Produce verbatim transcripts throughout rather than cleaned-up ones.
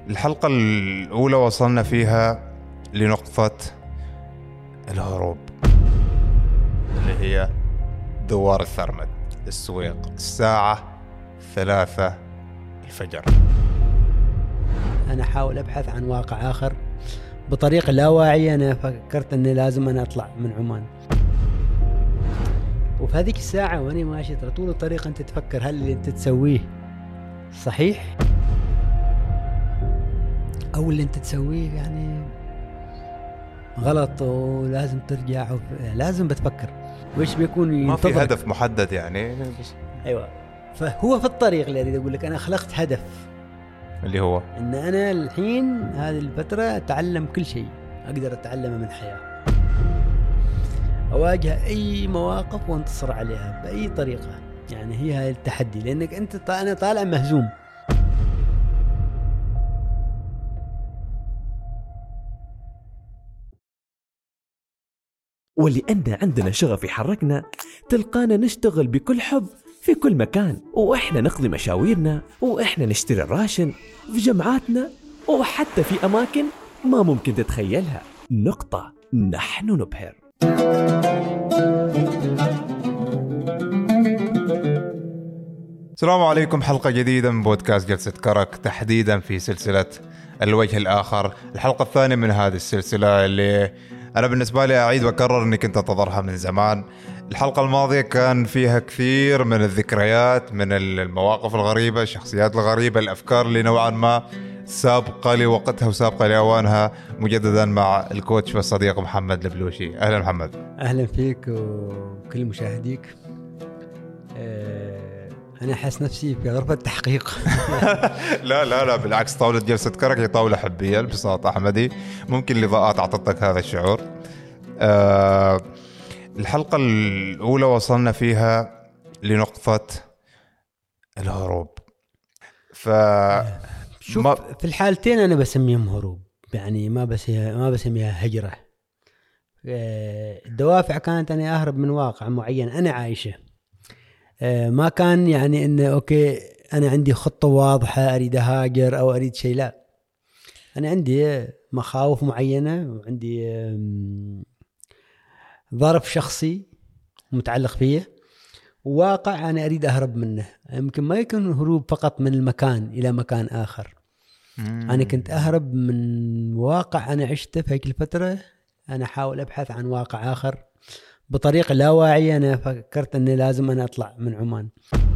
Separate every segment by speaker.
Speaker 1: الحلقة الأولى وصلنا فيها لنقطة الهروب اللي هي دوار الثرمد، السويق، الساعة ثلاثة الفجر.
Speaker 2: أنا أحاول أبحث عن واقع آخر بطريقة لا واعية. أنا فكرت أني لازم أنا أطلع من عمان، وفي هذيك الساعة وأنا ماشي ترى طول الطريق أنت تفكر هل اللي أنت تسويه صحيح أو اللي أنت تسويه يعني غلط ولازم ترجع، لازم بتفكر وإيش بيكون ينتظرك.
Speaker 1: ما في هدف محدد يعني بس.
Speaker 2: أيوة، فهو في الطريق اللي أريد أقول لك أنا خلقت هدف
Speaker 1: اللي هو
Speaker 2: إن أنا الحين هذه الفترة أتعلم كل شيء أقدر أتعلمه من الحياة، أواجه أي مواقف وانتصر عليها بأي طريقة. يعني هي هاي التحدي، لأنك أنت أنا طالع مهزوم.
Speaker 3: ولأن عندنا شغف يحركنا تلقانا نشتغل بكل حب في كل مكان، وإحنا نقضي مشاويرنا، وإحنا نشتري الراشن في جمعاتنا، وحتى في أماكن ما ممكن تتخيلها. نقطة، نحن نبهر.
Speaker 1: السلام عليكم، حلقة جديدة من بودكاست جلسة كرك، تحديدا في سلسلة الوجه الآخر، الحلقة الثانية من هذه السلسلة اللي أنا بالنسبة لي أعيد وأكرر أني كنت أنتظرها من زمان. الحلقة الماضية كان فيها كثير من الذكريات، من المواقف الغريبة، الشخصيات الغريبة، الأفكار اللي نوعا ما سابقة لوقتها وسابقة لأوانها، مجددا مع الكوتش والصديق محمد البلوشي. أهلا محمد.
Speaker 2: أهلا فيك وكل مشاهديك. أه أنا أحس نفسي في غرفة تحقيق.
Speaker 1: لا لا لا بالعكس، طاولة جلسة كرك هي طاولة حبية ببساطة أحمدي، ممكن الإضاءات أعطتك هذا الشعور. أه الحلقة الأولى وصلنا فيها لنقطة الهروب. ف
Speaker 2: شوف ما... في الحالتين أنا بسميهم هروب، يعني ما بس ما بسميها هجرة. الدوافع كانت أنا أهرب من واقع معين أنا عايشه، ما كان يعني إنه أوكي أنا عندي خطة واضحة أريد أهاجر أو أريد شيء. لا، أنا عندي مخاوف معينة وعندي ظرف شخصي متعلق فيه، وواقع أنا أريد أهرب منه. يمكن ما يكون هروب فقط من المكان إلى مكان آخر. مم. أنا كنت أهرب من واقع أنا عشته في هيك الفترة. أنا أحاول أبحث عن واقع آخر بطريقة لا واعية. أنا فكرت أني لازم أنا أطلع من عمان،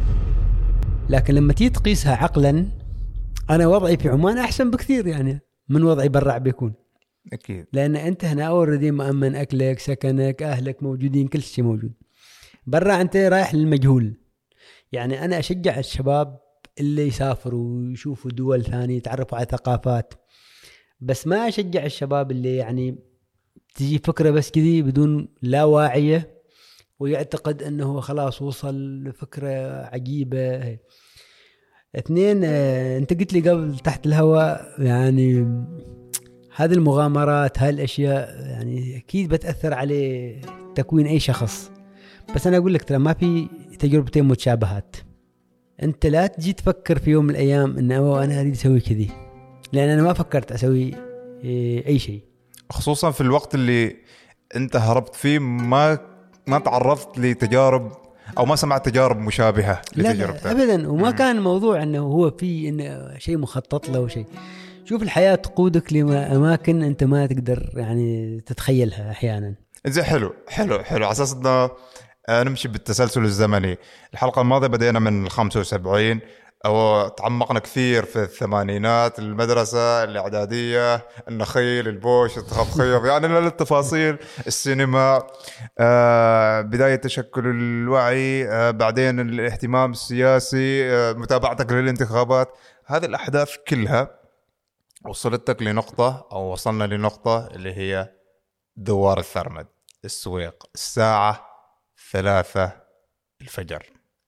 Speaker 2: لكن لما تيجي تقيسها عقلا أنا وضعي في عمان أحسن بكثير يعني من وضعي برا بيكون.
Speaker 1: أكيد،
Speaker 2: لأن أنت هنا أوردي مأمن أكلك، سكنك، أهلك موجودين، كل شيء موجود. برا أنت رايح للمجهول. يعني أنا أشجع الشباب اللي يسافروا ويشوفوا دول ثانية، يتعرفوا على ثقافات، بس ما أشجع الشباب اللي يعني تجي فكرة بس كذي بدون لا واعية ويعتقد أنه خلاص وصل لفكرة عجيبة. اثنين، أنت قلت لي قبل تحت الهواء يعني هذه المغامرات، هاي الأشياء يعني أكيد بتأثر على تكوين أي شخص. بس أنا أقول لك ترى ما في تجربتين متشابهات. أنت لا تجي تفكر في يوم من الأيام أنه أنا أريد أسوي كذي، لأن أنا ما فكرت أسوي أي شيء.
Speaker 1: خصوصا في الوقت اللي أنت هربت فيه ما ما تعرضت لتجارب أو ما سمعت تجارب مشابهة لتجربتك.
Speaker 2: لا أبدا، وما م. كان الموضوع أنه هو في إنه شيء مخطط له شيء. شوف الحياة تقودك لأماكن أنت ما تقدر يعني تتخيلها أحيانا.
Speaker 1: زي حلو حلو حلو على أساس أنه نمشي بالتسلسل الزمني. الحلقة الماضية بدأنا من الخمسة وسبعين أو تعمقنا كثير في الثمانينات، المدرسة، الإعدادية، النخيل، البوش، التخفيض، يعني للتفاصيل، السينما، آه، بداية تشكل الوعي، آه، بعدين الاهتمام السياسي، آه، متابعتك للانتخابات. هذه الأحداث كلها وصلتك لنقطة أو وصلنا لنقطة اللي هي دوار الثرمد، السويق، الساعة ثلاثة الفجر.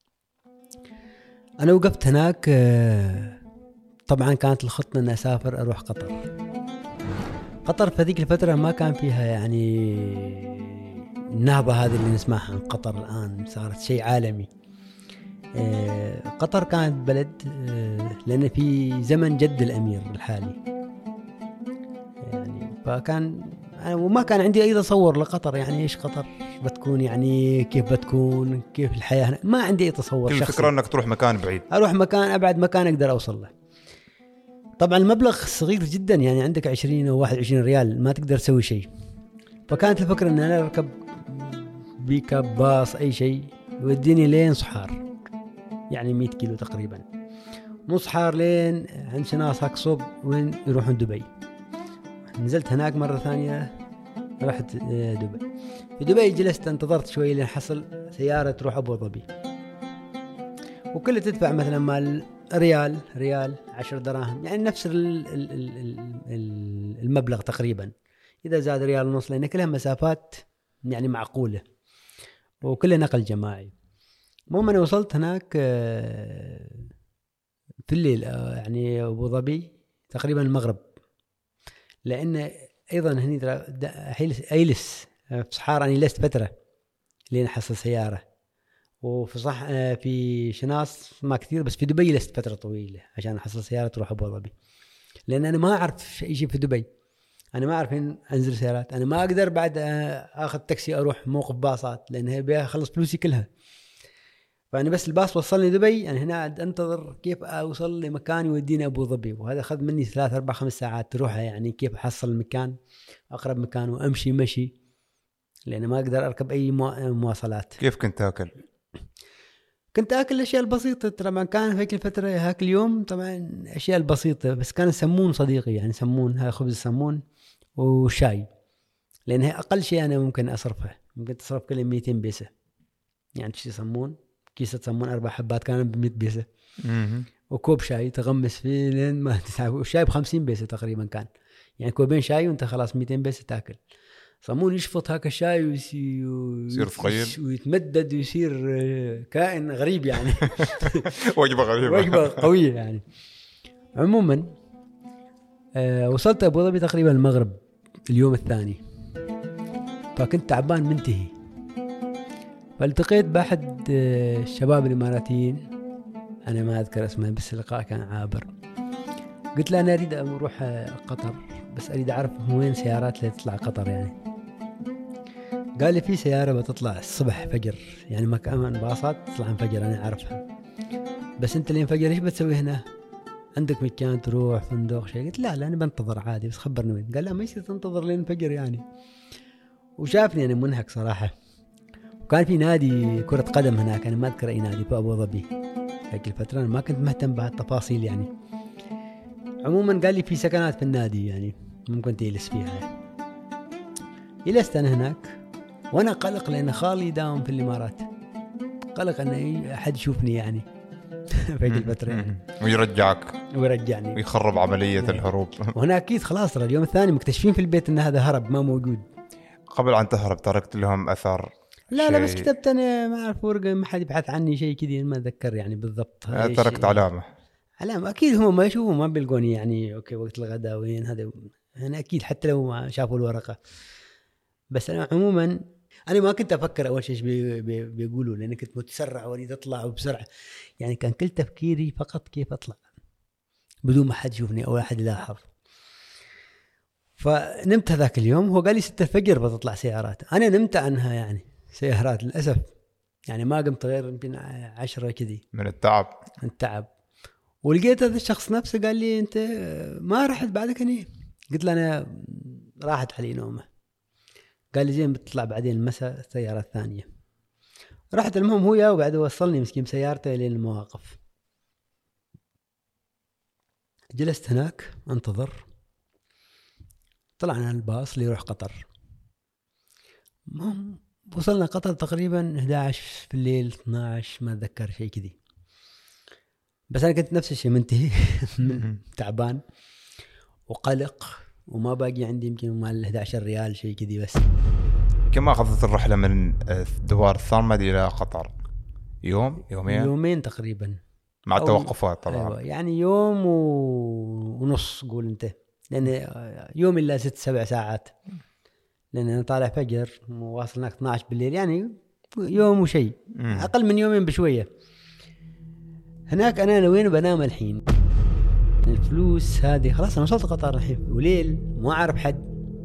Speaker 2: أنا وقفت هناك. طبعا كانت الخطة أن أسافر أروح قطر. قطر في ذيك الفترة ما كان فيها يعني النهضة هذه اللي نسمعها عن قطر الآن، صارت شيء عالمي. آه، قطر كانت بلد آه، لأن في زمن جد الأمير الحالي يعني، فكان أنا وما كان عندي أي تصور لقطر، يعني إيش قطر بتكون، يعني كيف بتكون، كيف الحياة هنا، ما عندي أي تصور شخصي.
Speaker 1: الفكرة أنك تروح مكان بعيد.
Speaker 2: أروح مكان أبعد مكان أقدر أوصل له. طبعا المبلغ صغير جدا، يعني عندك عشرين أو واحد وعشرين ريال ما تقدر تسوي شيء. فكانت الفكرة أن أنا أركب بيكاب باص أي شيء يوديني لين صحار، يعني مئة كيلو تقريبا، من صحار لين عند شناص هكصوب وين يروحون دبي. نزلت هناك مرة ثانية، رحت دبي. في دبي جلست انتظرت شوي لين حصل سيارة تروح أبو ظبي، وكل تدفع مثلا مال ريال ريال عشر دراهم، يعني نفس المبلغ تقريبا، إذا زاد ريال ونص، لأن كلها مسافات يعني معقولة وكلها نقل جماعي. المهم أنا وصلت هناك في الليل، يعني أبو ظبي تقريبا المغرب، لأن أيضا هني أيلس في صحارى، أنا لست فترة لين حصل سيارة، وفي صح في شناص ما كثير، بس في دبي لست فترة طويلة عشان أحصل سيارة تروح أبو ظبي، لأن أنا ما أعرف شيء في دبي، أنا ما أعرف إن أنزل سيارات، أنا ما أقدر بعد أخذ تاكسي أروح موقف باصات لأن هي بيخلص فلوسي كلها. فأنا بس الباص وصلني دبي، يعني هنا أنتظر كيف أوصل لمكان يوديني أبو ظبي، وهذا أخذ مني ثلاث أربع خمس ساعات تروحها، يعني كيف أحصل المكان أقرب مكان وأمشي مشي، لأن ما أقدر أركب أي مواصلات.
Speaker 1: كيف كنت أكل؟
Speaker 2: كنت أكل الأشياء البسيطة، طبعا كان في الفترة هاك اليوم طبعا أشياء البسيطة، بس كان سمون صديقي، يعني سمون، هاي خبز سمون وشاي، لأن هي أقل شيء أنا ممكن أصرفه، ممكن تصرف كل مئتين بيسة، يعني تشتري سمون، كيسة سمون أربع حبات كان بمئة بيسة، وكوب شاي تغمس فيه لين ما تتعب، والشاي بخمسين بيسة تقريبا كان، يعني كوبين شاي وانت خلاص مئتين بيسة تاكل. صمون يشفط هكا الشاي ويصير
Speaker 1: ثقيل
Speaker 2: ويتمدد ويصير كائن غريب يعني.
Speaker 1: وجبة غريبة،
Speaker 2: وجبة قوية يعني. عموما آه وصلت أبو ظبي تقريبا المغرب اليوم الثاني، فكنت تعبان منتهي، فالتقيت بأحد آه الشباب الإماراتيين، أنا ما أذكر اسمه بس اللقاء كان عابر. قلت له أنا أريد أروح قطر، بس أريد أعرف وين سيارات اللي تطلع قطر يعني. قال لي في سيارة بتطلع الصبح فجر، يعني مكان باصات تطلع فجر أنا أعرفها، بس أنت اللي فجر إيش بتسوي هنا؟ عندك مكان تروح فندق شيء؟ قلت لا لا أنا بنتظر عادي، بس خبرني وين. قال لا ما يصير تنتظر لين فجر يعني، وشافني أنا منهك صراحة. وكان في نادي كرة قدم هناك، أنا ما أذكر أي نادي، في أبو ظبي هيك الفترة، أنا ما كنت مهتم بهالتفاصيل يعني. عموما قال لي في سكنات في النادي يعني ممكن تجلس فيها. جلست أنا هناك وأنا قلق، لأن خالي داوم في الإمارات، قلق أن أي أحد يشوفني يعني في الفترة يعني.
Speaker 1: ويرجعك
Speaker 2: ويرجعني
Speaker 1: ويخرب عملية يعني الهروب.
Speaker 2: وهنا أكيد خلاص اليوم الثاني مكتشفين في البيت أن هذا هرب ما موجود.
Speaker 1: قبل أن تهرب تركت لهم أثر؟
Speaker 2: لا لا بس كتبت أنا ما أعرف ورقة، ما حد يبحث عني شيء كذي، ما أتذكر يعني بالضبط.
Speaker 1: تركت علامة؟
Speaker 2: علامة أكيد هم ما يشوفوا، ما بيلقوني يعني أوكي وقت الغداء وين هذا، أنا أكيد حتى لو ما شافوا الورقة. بس أنا عموما أنا ما كنت أفكر أول شيء بي بي بيقولوا، لأن كنت متسرع وأريد أطلع وبسرعة، يعني كان كل تفكيري فقط كيف أطلع بدون ما حد يشوفني أو أحد يلاحظ. فنمت هذاك اليوم، هو قال لي ستة الفجر بتطلع سيارات، أنا نمت عنها يعني سيارات للأسف، يعني ما قمت غير يمكن عشرة كذي
Speaker 1: من التعب
Speaker 2: من التعب. ولقيت هذا الشخص نفسه قال لي أنت ما رحت بعدك هني؟ قلت له أنا راحت علي نومه. قال لي زين بتطلع بعدين المساء السيارة الثانية. رحت، المهم هو يا وبعد وصلني مسكين سيارته لين المواقف. جلست هناك انتظر، طلعنا الباص اللي يروح قطر. المهم وصلنا قطر تقريبا إحدى عشر في الليل اثنا عشر ما أتذكر شيء كذي، بس أنا كنت نفس الشيء منتهي تعبان وقلق وما باقي عندي يمكن مال إحدى عشر ريال شيء كذي. بس
Speaker 1: كم أخذت الرحلة من دوار الثامد إلى قطر؟ يوم يومين
Speaker 2: يومين تقريبا
Speaker 1: مع التوقفات طبعا.
Speaker 2: أيوة يعني يوم و... ونص قول أنت، لأن يوم إلا ست سبع ساعات، لأن أنا طالع فجر وواصل هناك اثنا عشر بالليل، يعني يوم وشيء أقل من يومين بشوية. هناك انا وين بنام الحين؟ الفلوس هذه خلاص انا وصلت قطر الحين وليل ما اعرف حد،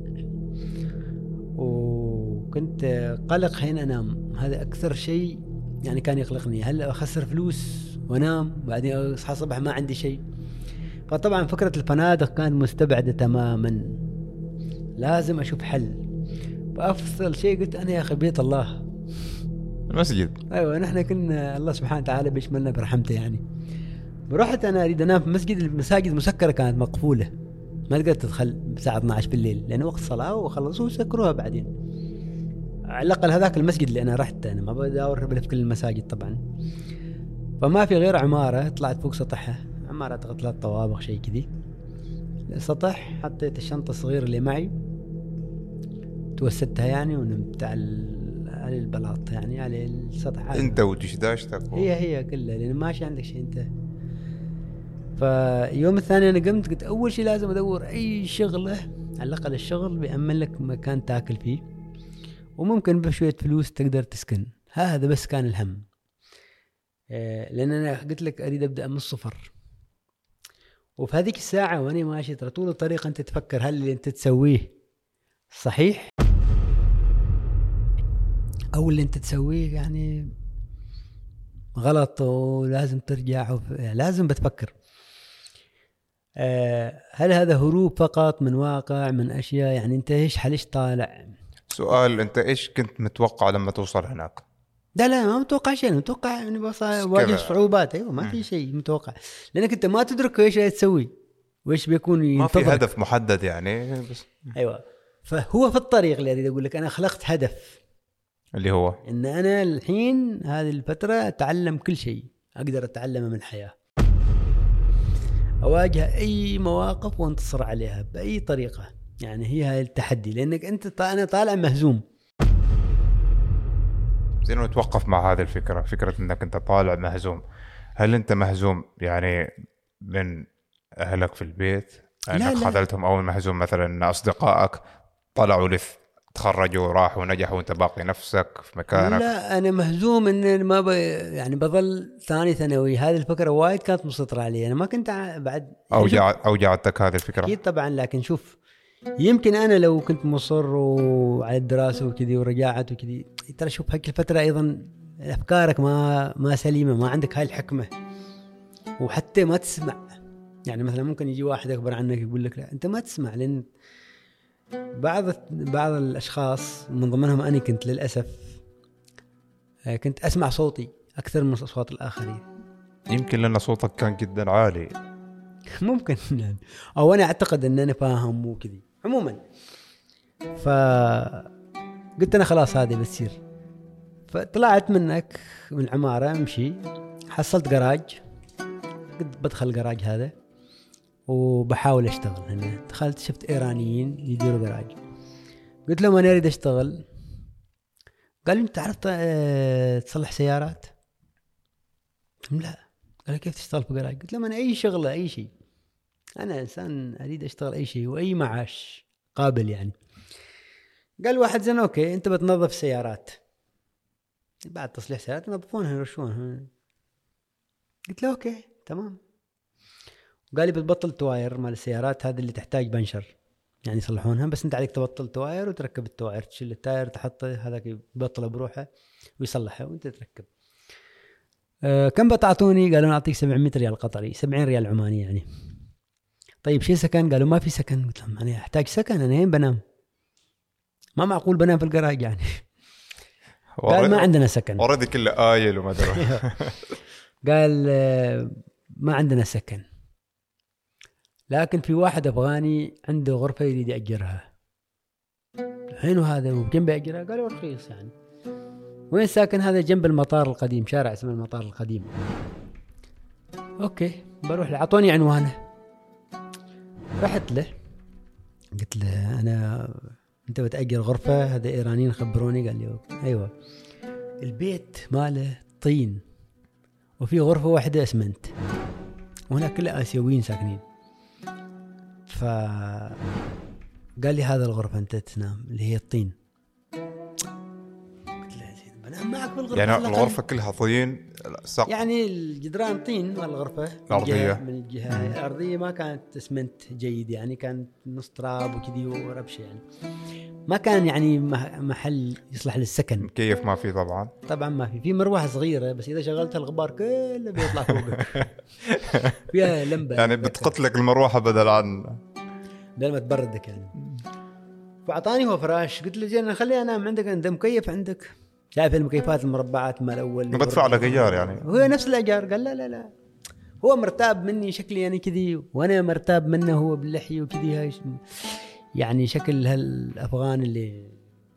Speaker 2: وكنت قلق حين انام. هذا اكثر شيء يعني كان يقلقني، هل اخسر فلوس وانام بعدين اصحى الصبح ما عندي شيء؟ فطبعا فكرة الفنادق كانت مستبعدة تماما، لازم اشوف حل. فافضل شيء قلت انا يا اخي بيت الله
Speaker 1: المسجد.
Speaker 2: ايوه نحن كنا الله سبحانه وتعالى بيشملنا برحمته يعني. رحت انا اريد انام في مسجد، المساجد مسكره كانت مقفوله ما تقدر تدخل الساعه اثني عشر بالليل لان وقت صلاه وخلصوا وسكروها بعدين. على الاقل هذاك المسجد اللي انا رحت، انا ما بدور في كل المساجد طبعا. فما في غير عماره طلعت فوق سطحها، عماره ثلاث طوابق شيء كذي السطح. حطيت الشنطه الصغيره اللي معي توسدتها يعني ونمت على على البلاط يعني على السطح.
Speaker 1: انت ودشداشتك
Speaker 2: هي هي كلها لان ماشي عندك شيء انت. فيوم الثاني انا قمت قلت اول شيء لازم ادور اي شغله على الاقل الشغل بيأمن لك مكان تاكل فيه وممكن بشويه فلوس تقدر تسكن. هذا بس كان الهم، لان انا قلت لك اريد ابدا من الصفر. وفي هذيك الساعه وانا ماشي ترى طول الطريق انت تفكر هل اللي انت تسويه صحيح او اللي انت تسويه يعني غلط ولازم ترجع، لازم بتفكر أه هل هذا هروب فقط من واقع من اشياء يعني انت ايش حليش طالع.
Speaker 1: سؤال، انت ايش كنت متوقع لما توصل هناك؟
Speaker 2: لا لا ما متوقع شيء، متوقع اني بواجه صعوبات. ايوه ما في شيء متوقع لانك انت ما تدرك ايش تسوي وايش بيكون ينتظرك.
Speaker 1: ما في هدف محدد يعني بس.
Speaker 2: ايوه فهو في الطريق اللي اريد اقول لك انا خلقت هدف
Speaker 1: اللي هو
Speaker 2: ان انا الحين هذه الفتره اتعلم كل شيء اقدر اتعلمه من الحياه، اواجه اي مواقف وانتصر عليها باي طريقه. يعني هي هاي التحدي لانك انت انا طالع مهزوم.
Speaker 1: زين نتوقف مع هذه الفكره، فكره انك انت طالع مهزوم. هل انت مهزوم يعني من اهلك في البيت انك خذلتهم، او مهزوم مثلا ان اصدقائك طلعوا لث تخرجوا وراحوا ونجحوا وانت باقي نفسك في مكانك؟
Speaker 2: لا انا مهزوم ان ما ب... يعني بظل ثاني ثانوي. هذه الفكره وايد كانت مسيطره علي، انا ما كنت بعد
Speaker 1: اوجع اوجعتك هذه الفكره
Speaker 2: اكيد طبعا. لكن شوف يمكن انا لو كنت مصر وعلى الدراسه وكذي ورجعت وكذي، ترى شوف هيك الفتره ايضا افكارك ما ما سليمه، ما عندك هاي الحكمه وحتى ما تسمع. يعني مثلا ممكن يجي واحد اكبر عنك يقول لك لا انت ما تسمع، لان بعض بعض الاشخاص من ضمنهم انا كنت للاسف كنت اسمع صوتي اكثر من اصوات الاخرين.
Speaker 1: يمكن لان صوتك كان جدا عالي
Speaker 2: ممكن يعني. او انا اعتقد ان انا فاهم وكذي عموما. فقلت انا خلاص هذه بتصير. فطلعت منك من العماره امشي، حصلت جراج، قلت بدخل الجراج هذا وبحاول اشتغل. هنا دخلت شفت ايرانيين يديروا جراج، قلت لهم انا اريد اشتغل. قال لي انت تعرف تصلح سيارات؟ لا. قال كيف تشتغل في جراج؟ قلت لهم انا اي شغله اي شيء، انا انسان اريد اشتغل اي شيء واي معاش قابل يعني. قال واحد زين اوكي انت بتنظف سيارات، بعد تصليح سيارات ينظفونها يرشونها. قلت له اوكي تمام. قال لي بتبطل تواير مال السيارات هذه اللي تحتاج بنشر يعني يصلحونها، بس انت عليك تبطل تواير وتركب التواير، تشيل التاير تحطه هذاك يبطله بروحه ويصلحها وانت تركب. أه كم بتعطوني؟ قالوا نعطيك سبعمية ريال قطري، سبعين ريال عماني يعني. طيب شي سكن؟ قالوا ما في سكن. قلت لهم انا احتاج سكن، انا وين بنام؟ ما معقول بنام في الجراج يعني. قال ما عندنا سكن،
Speaker 1: اوريدي كله قايل وما ادري.
Speaker 2: قال ما عندنا سكن، لكن في واحد افغاني عنده غرفه يريد ياجرها. الحين هذا وكم بيأجرها؟ قالوا رخيص يعني. وين ساكن؟ هذا جنب المطار القديم، شارع اسمه المطار القديم. اوكي بروح له، اعطوني عنوانه. رحت له قلت له انا انت بتأجر غرفه؟ هذا ايرانيين خبروني. قال لي ايوه. البيت ماله طين وفي غرفه واحده اسمنت وهناك كلها اسيويين ساكنين. ف قال لي هذا الغرفه انت تنام اللي هي الطين. قلت له زين بنام معك بالغرفه
Speaker 1: يعني الغرفه كلها طين السقف
Speaker 2: يعني الجدران طين والغرفة
Speaker 1: أرضية.
Speaker 2: من الجهة الأرضية ما كانت اسمنت جيد، يعني كانت نص تراب وكذي وربشة، يعني ما كان يعني محل يصلح للسكن.
Speaker 1: كيف ما في طبعا
Speaker 2: طبعا ما في في مروحة صغيرة بس إذا شغلتها الغبار كله بيطلع فوقك. فيها لمبة
Speaker 1: يعني بتقتلك المروحة بدل عن
Speaker 2: بدل ما تبردك يعني. فأعطاني هو فراش، قلت له زين خليني أنام عندك، عندك مكيف عندك، شايف المكيفات المربعات مال الأول
Speaker 1: بدفع له غيار يعني.
Speaker 2: هو نفس الأجار. قال لا لا لا هو مرتاب مني شكلي يعني كذي، وأنا مرتاب منه هو باللحية وكذي، هاي يعني شكل هالأفغان اللي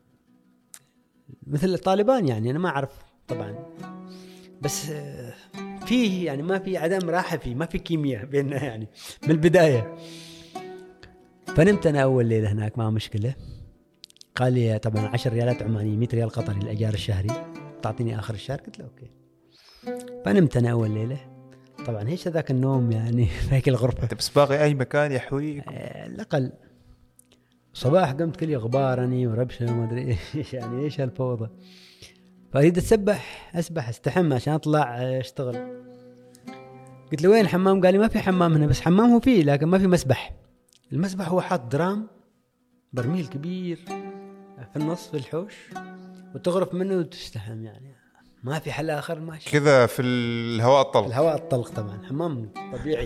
Speaker 2: مثل الطالبان يعني. أنا ما أعرف طبعا بس فيه يعني ما في عدم راحة فيه، ما في كيمياء بيننا يعني من البداية. فنمت أنا أول ليلة هناك ما مشكلة. قال لي طبعا عشر ريالات عمانية مئة ريال قطري الأجار الشهري تعطيني آخر الشهر. قلت له أوكي. فنمت أنا أول ليلة. طبعا هيش ذاك النوم يعني في هيك الغرفة.
Speaker 1: أنت بس باقي أي مكان يحويك.
Speaker 2: آه الأقل صباح قمت كلي غبارني وربشة وما أدري إيش يعني إيش هالفوضى. فأريد أتسبح أسبح استحمى عشان أطلع أشتغل. قلت له وين الحمام؟ قال لي ما في حمام هنا، بس حمام هو فيه لكن ما في مسبح. المسبح هو حاط درام برميل كبير في النص في الحوش وتغرف منه وتستحم، يعني ما في حل آخر ماشي
Speaker 1: كذا في الهواء الطلق.
Speaker 2: الهواء الطلق طبعا حمام طبيعي.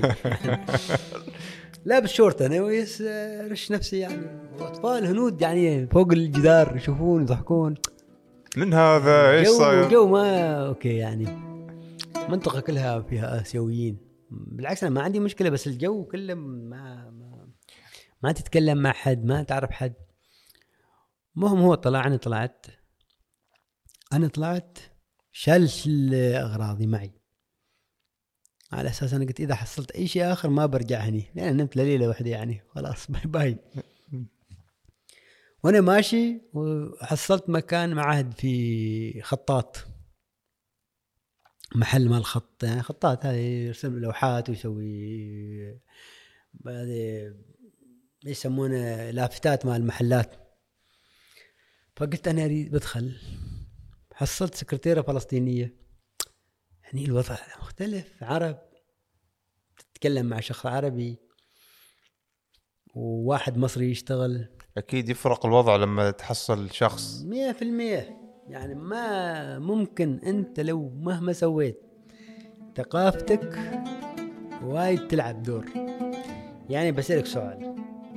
Speaker 2: لابس شورت أنا ويس رش نفسي يعني، وأطفال هنود يعني فوق الجدار يشوفون يضحكون.
Speaker 1: من هذا ايش صاير؟
Speaker 2: جو ما اوكي يعني منطقة كلها فيها آسيويين. بالعكس أنا ما عندي مشكلة، بس الجو كله ما ما, ما تتكلم مع حد، ما تعرف حد. مهم هو طلع، أنا طلعت أنا طلعت شال أغراضي معي على أساس أنا قلت إذا حصلت أي شيء آخر ما برجع هني، لأن يعني نمت ليلة واحدة يعني خلاص باي باي. وأنا ماشي وحصلت مكان معهد في خطاط، محل مال خط يعني خطاط هذا يرسم لوحات ويسوي هذه يسمونه لافتات مال المحلات. فقلت أنا أريد بدخل، حصلت سكرتيرة فلسطينية، يعني الوضع مختلف، عرب تتكلم مع شخص عربي وواحد مصري يشتغل.
Speaker 1: أكيد يفرق الوضع لما تحصل شخص
Speaker 2: مية في المية يعني. ما ممكن أنت لو مهما سويت ثقافتك وايد تلعب دور. يعني بسألك سؤال،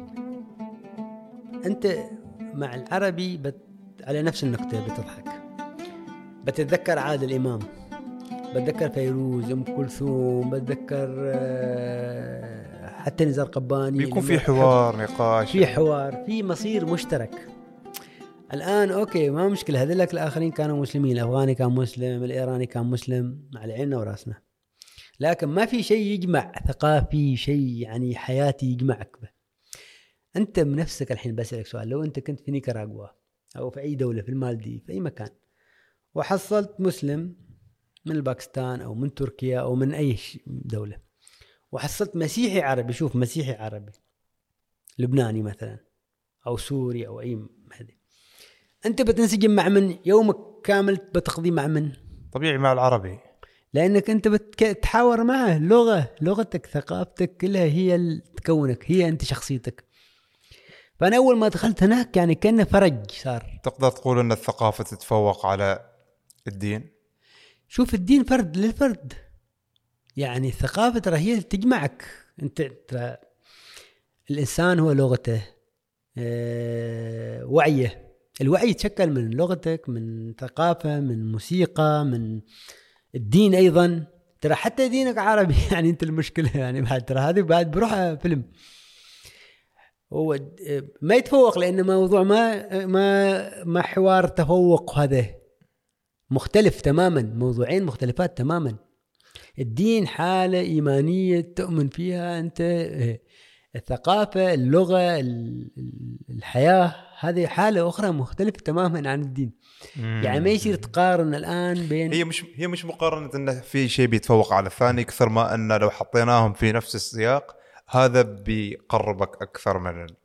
Speaker 2: أنت مع العربي بت... على نفس النقطة بتضحك، بتتذكر عادل إمام، بتذكر فيروز، أم كلثوم، بتذكر حتى نزار قباني.
Speaker 1: بيكون في حوار نقاش،
Speaker 2: في حوار، في مصير مشترك. الآن أوكي ما مشكلة، هذلك الآخرين كانوا مسلمين، الأفغاني كان مسلم، الإيراني كان مسلم، على عيننا وراسنا، لكن ما في شيء يجمع ثقافي، شيء يعني حياتي يجمعك به. أنت من نفسك الحين بسألك سؤال، لو أنت كنت في نيكاراغوا أو في أي دولة، في المالديف، في أي مكان، وحصلت مسلم من الباكستان أو من تركيا أو من أي دولة، وحصلت مسيحي عربي، شوف مسيحي عربي لبناني مثلا أو سوري أو أي هذي، أنت بتنسجم مع من؟ يومك كامل بتقضي مع من؟
Speaker 1: طبيعي مع العربي،
Speaker 2: لأنك أنت بتتحاور معه، لغة لغتك ثقافتك كلها هي اللي تكونك، هي أنت شخصيتك. فأنا أول ما دخلت هناك يعني كأنه فرج صار.
Speaker 1: تقدر تقول أن الثقافة تتفوق على الدين؟
Speaker 2: شوف الدين فرد للفرد، يعني الثقافة ترى هي تجمعك. أنت ترى الإنسان هو لغته، أه وعيه، الوعي يتشكل من لغتك، من ثقافة، من موسيقى، من الدين أيضا. ترى حتى دينك عربي يعني أنت المشكلة يعني بعد، ترى هذه بعد بروح فيلم هو ما يتفوق، لأن موضوع ما ما ما حوار تفوق، هذا مختلف تماما، موضوعين مختلفات تماما. الدين حالة إيمانية تؤمن فيها أنت، الثقافة، اللغة، الحياة هذه حالة أخرى مختلفة تماما عن الدين. يعني ما يصير تقارن الآن بين،
Speaker 1: هي مش هي مش مقارنة إنه في شيء بيتفوق على الثاني، كثر ما أن لو حطيناهم في نفس السياق هذا بيقربك أكثر من ال...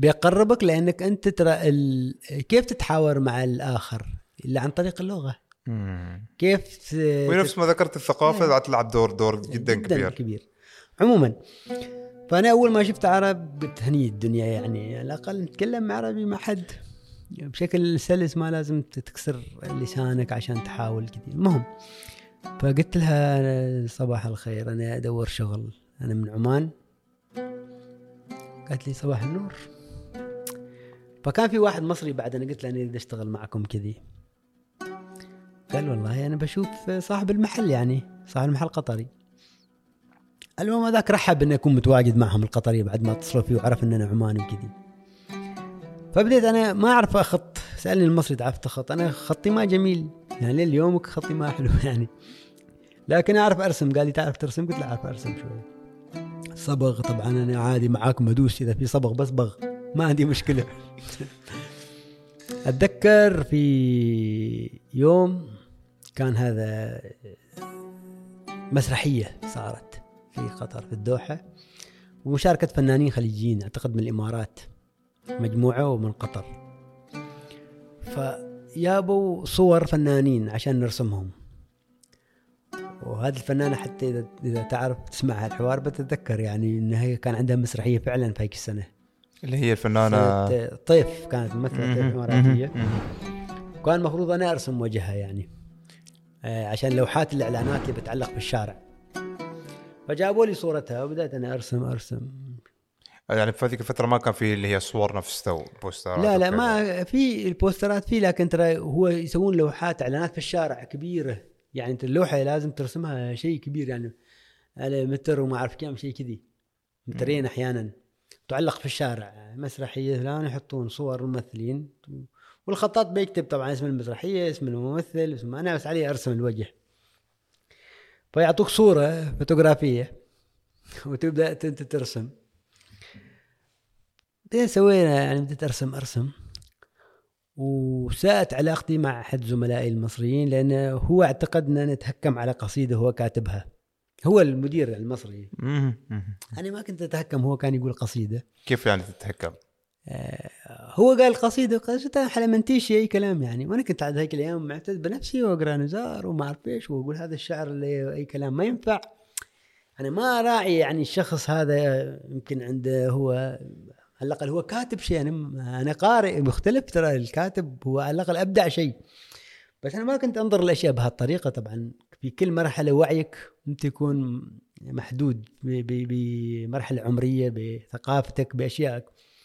Speaker 2: بيقربك، لأنك أنت ترى ال... كيف تتحاور مع الآخر إلا عن طريق اللغة. كيف
Speaker 1: ونفس ما ذكرت الثقافة تلعب دور دور جدا,
Speaker 2: جدا
Speaker 1: كبير
Speaker 2: كبير عموما. فأنا أول ما شفت عرب بتهني الدنيا، يعني على الأقل نتكلم عربي مع حد بشكل سلس، ما لازم تكسر لسانك عشان تحاول كذي. المهم فقلت لها صباح الخير، أنا أدور شغل، أنا من عمان. قالت لي صباح النور. فكان في واحد مصري بعد، أنا قلت له أنا أريد أشتغل معكم كذي. قال والله أنا بشوف صاحب المحل، يعني صاحب المحل قطري. المهم ذاك رحب إني أكون متواجد معهم القطري بعد ما اتصلوا فيه وعرف إن أنا عماني وكذي. فبديت أنا ما أعرف أخط، سألني المصري تعرف تخط؟ أنا خطي ما جميل يعني، لليومك خطي ما حلو يعني، لكن أعرف أرسم. قال لي تعرف ترسم؟ قلت له أعرف أرسم شوي. صبغ طبعا أنا عادي معاكم أدوس إذا في صبغ بصبغ، ما عندي مشكلة. أتذكر في يوم كان هذا مسرحية صارت في قطر في الدوحة، ومشاركة فنانين خليجيين أعتقد من الإمارات، مجموعة ومن قطر. فيابوا صور فنانين عشان نرسمهم، وهذه الفنانة حتى إذا, إذا تعرف تسمع الحوار بتتذكر يعني إنها كان عندها مسرحية فعلا في هيك السنة،
Speaker 1: اللي هي الفنانة
Speaker 2: طيف، كانت ممثلة طيف إماراتية. وكان المفروض أنا أرسم وجهها يعني عشان لوحات الإعلانات اللي بتعلق في الشارع. فجابوا لي صورتها وبدأت أنا أرسم أرسم
Speaker 1: يعني في هذيك الفترة ما كان في اللي هي صور نفسها بوسترات؟
Speaker 2: لا لا ما في البوسترات فيه، لكن ترى هو يسوون لوحات إعلانات في الشارع كبيرة، يعني أنت اللوحة لازم ترسمها شيء كبير يعني على متر وما أعرف كم شيء كذي، مترين أحيانا تعلق في الشارع. مسرحية فلان يحطون صور ممثلين، والخطاط بيكتب طبعا اسم المسرحية اسم الممثل اسم، أنا بس عليه أرسم الوجه. فيعطوك صورة فوتوغرافية وتبدأ أنت ترسم. ده سوينا يعني بديت أرسم أرسم وساءت علاقتي مع أحد زملائي المصريين، لأنه هو اعتقد أن أنا أتهكم على قصيدة هو كاتبها، هو المدير المصري. أنا ما كنت أتهكم، هو كان يقول قصيدة.
Speaker 1: كيف يعني تتهكم؟
Speaker 2: آه هو قال قصيدة قصيدة حلمنتيش أي كلام يعني، وأنا كنت عاد هيك الأيام معتز بنفسي وأقرأ نزار وما أعرف إيش وأقول هذا الشعر اللي أي كلام ما ينفع. أنا ما راعي يعني الشخص هذا يمكن عنده هو على الأقل هو كاتب شيء، أنا أنا قارئ مختلف، ترى الكاتب هو على الأقل أبدع شيء، بس أنا ما كنت أنظر الأشياء بهالطريقة. طبعا في كل مرحلة وعيك أنت يكون محدود بمرحلة عمرية بثقافتك بأشيائك.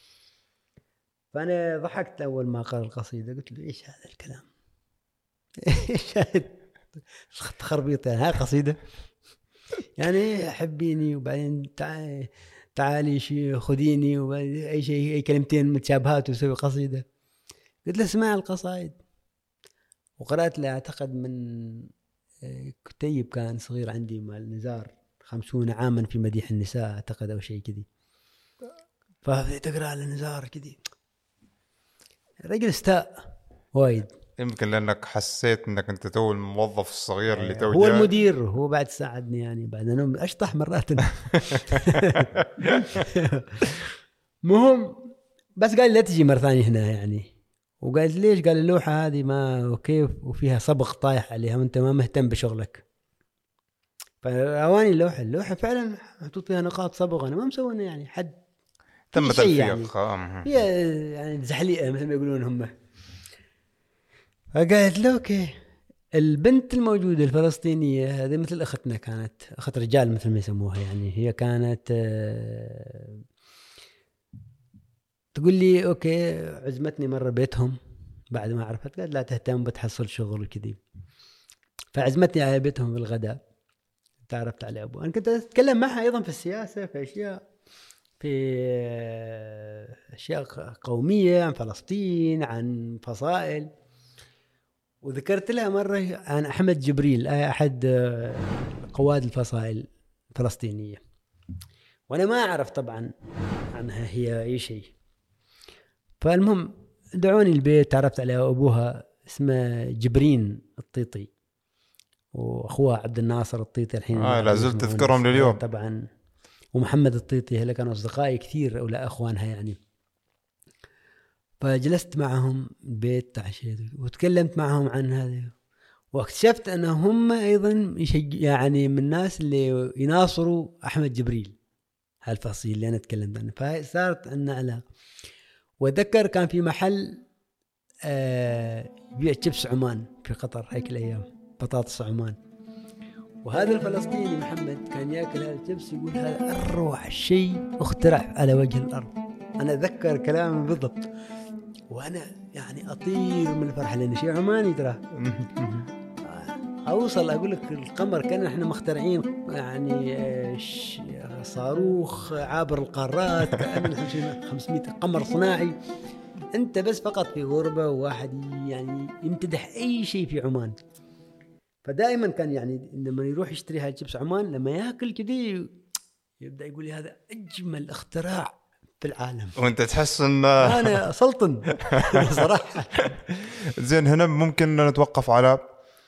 Speaker 2: فأنا ضحكت أول ما قرأ القصيدة، قلت له إيش هذا الكلام؟ إيش هذا الخربيط يعني؟ هاي قصيدة يعني حبيني وبعدين تعالي تعالي شي خذيني وبعدين أي شيء أي كلمتين متشابهات وسوي قصيدة. قلت له اسمع القصائد، وقرأت له أعتقد من كتيب كان صغير عندي مال نزار خمسون عاما في مديح النساء أعتقد أو شيء كذي. فبديت أقرأ على نزار كذي، الرجل استاء وايد،
Speaker 1: يمكن لأنك حسيت أنك أنت تو الموظف الصغير اللي تو
Speaker 2: هو المدير، هو بعد ساعدني يعني، بعد أنا أشطح مرات. مهم بس قال لا تجي مرة ثانية هنا يعني. وقال ليش؟ قال اللوحة هذه ما وكيف وفيها صبغ طايح عليها وأنت ما مهتم بشغلك. فأواني اللوحة اللوحة فعلا محطوط فيها نقاط صبغ، أنا ما مسوينا يعني حد
Speaker 1: تم تلفيق
Speaker 2: يعني، هي يعني زحليقة مثل ما يقولون هم. فقالت له اوكي. البنت الموجودة الفلسطينية هذه مثل أختنا، كانت أخت رجال مثل ما يسموها يعني، هي كانت تقول لي اوكي عزمتني مرة بيتهم بعد ما عرفت، قالت لا تهتم بتحصل شغل وكذي، فعزمتني على بيتهم في الغداء، تعرفت على أبوه. أنا كنت أتكلم معها أيضا في السياسة، في أشياء في أشياء قومية عن فلسطين عن فصائل. وذكرت لها مرة عن أحمد جبريل أحد قواد الفصائل الفلسطينية، وأنا ما أعرف طبعا عنها هي أي شيء. فالمهم دعوني البيت، تعرفت على أبوها اسمه جبرين الطيطي، وأخوها عبد الناصر الطيطي الحين
Speaker 1: آه لا زلت تذكرهم لليوم
Speaker 2: طبعا، ومحمد الطيطي هلا كانوا أصدقائي كثير أولا أخوانها يعني. فجلست معهم البيت تعشيت وتكلمت معهم عن هذا، واكتشفت أن هم أيضا يشج... يعني من الناس اللي يناصروا أحمد جبريل هالفصيل اللي أنا تكلمت عنه. فصارت عندنا علاقة. وذكر كان في محل آه يبيع شيبس عمان في قطر هيك الأيام، بطاطس عمان. وهذا الفلسطيني محمد كان يأكل هذا الشيبس يقول هذا أروع شيء اخترع على وجه الأرض. أنا أتذكر كلامي بالضبط، وأنا يعني أطير من الفرحة لأن شيء عماني ترى. أوصل أقول لك القمر كان إحنا مخترعين يعني صاروخ عابر القارات، كأن خمسمائة قمر صناعي. أنت بس فقط في غربة وواحد يعني يمتدح أي شيء في عمان. فدائما كان يعني لما يروح يشتري هاي الشيبس عمان لما يأكل كذي يبدأ يقول لي هذا أجمل اختراع في العالم،
Speaker 1: وانت تحس ان
Speaker 2: انا سلطن صراحه.
Speaker 1: زين، هنا ممكن نتوقف على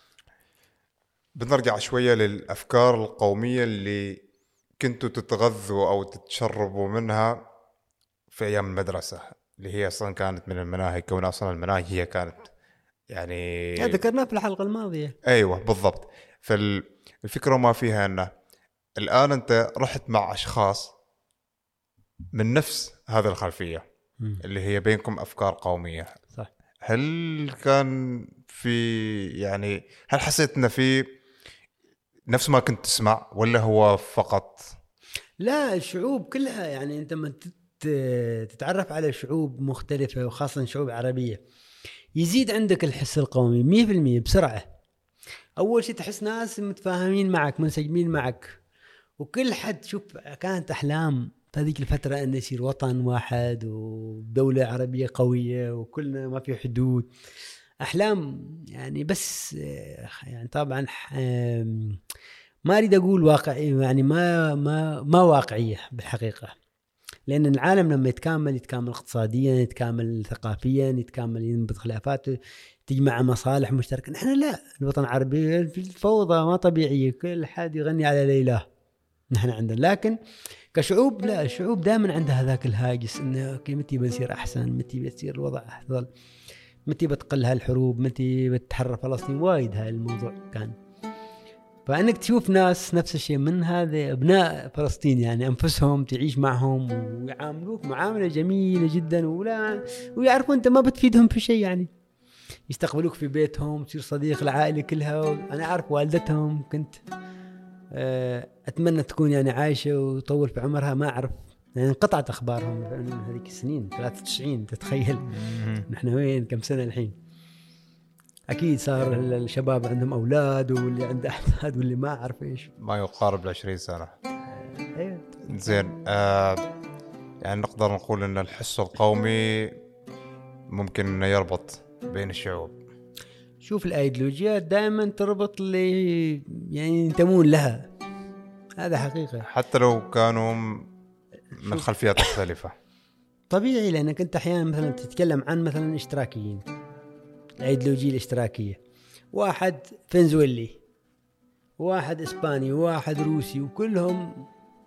Speaker 1: بنرجع شويه للافكار القوميه اللي كنتوا تتغذوا او تتشربوا منها في ايام المدرسه، اللي هي اصلا كانت من المناهج، كون اصلا المناهج هي كانت يعني
Speaker 2: ذكرناه في الحلقه الماضيه.
Speaker 1: ايوه بالضبط. فالفكره ما فيها انه الان انت رحت مع اشخاص من نفس هذه الخلفية
Speaker 2: مم.
Speaker 1: اللي هي بينكم أفكار قومية.
Speaker 2: صح.
Speaker 1: هل كان في يعني هل حسيت إنه في نفس ما كنت تسمع ولا هو فقط؟
Speaker 2: لا، الشعوب كلها يعني أنت من تتعرف على شعوب مختلفة وخاصة شعوب عربية يزيد عندك الحس القومي مية بالمية بسرعة. أول شيء تحس ناس متفاهمين معك منسجمين معك، وكل حد شوف كانت أحلام في هذيك الفترة أن يصير وطن واحد ودولة عربية قوية وكلنا ما في حدود. أحلام يعني، بس يعني طبعا ما أريد أقول واقعي يعني ما ما ما واقعية بالحقيقة، لأن العالم لما يتكامل يتكامل اقتصاديا، يتكامل ثقافيا، يتكامل ينبت خلافاته، تجمع مصالح مشتركة. نحن لا، الوطن العربي في الفوضى ما طبيعية، كل حد يغني على ليلاه نحن عندنا. لكن كشعوب لا، الشعوب دائما عندها ذاك الهاجس انه متى بنصير احسن، متى بتصير الوضع افضل، متى بتقل هالحروب، متى بتحرر فلسطين. وايد هاي الموضوع كان. فانك تشوف ناس نفس الشيء من هذا ابناء فلسطين يعني انفسهم تعيش معهم ويعاملوك معامله جميله جدا، ولا ويعرفوا انت ما بتفيدهم في شيء، يعني يستقبلوك في بيتهم، تصير صديق العائله كلها. انا اعرف والدتهم كنت أتمنى تكون يعني عايشة وطول في عمرها، ما أعرف يعني انقطعت أخبارهم من هذيك السنين ثلاثة وتسعين. تتخيل نحن وين كم سنة الحين؟ أكيد صار الشباب عندهم أولاد واللي عنده أحفاد واللي ما أعرف إيش،
Speaker 1: ما يقارب العشرين سنة.
Speaker 2: أيوة.
Speaker 1: زين، آه يعني نقدر نقول إن الحس القومي ممكن إنه يربط بين الشعوب.
Speaker 2: شوف الأيديولوجيات دائما تربط اللي يعني ينتمون لها، هذا حقيقة،
Speaker 1: حتى لو كانوا من خلفيات مختلفة.
Speaker 2: طبيعي، لأنك أنت أحيانا مثلا تتكلم عن مثلا اشتراكيين، الأيديولوجية الاشتراكية، واحد فنزويلي، واحد إسباني، واحد روسي، وكلهم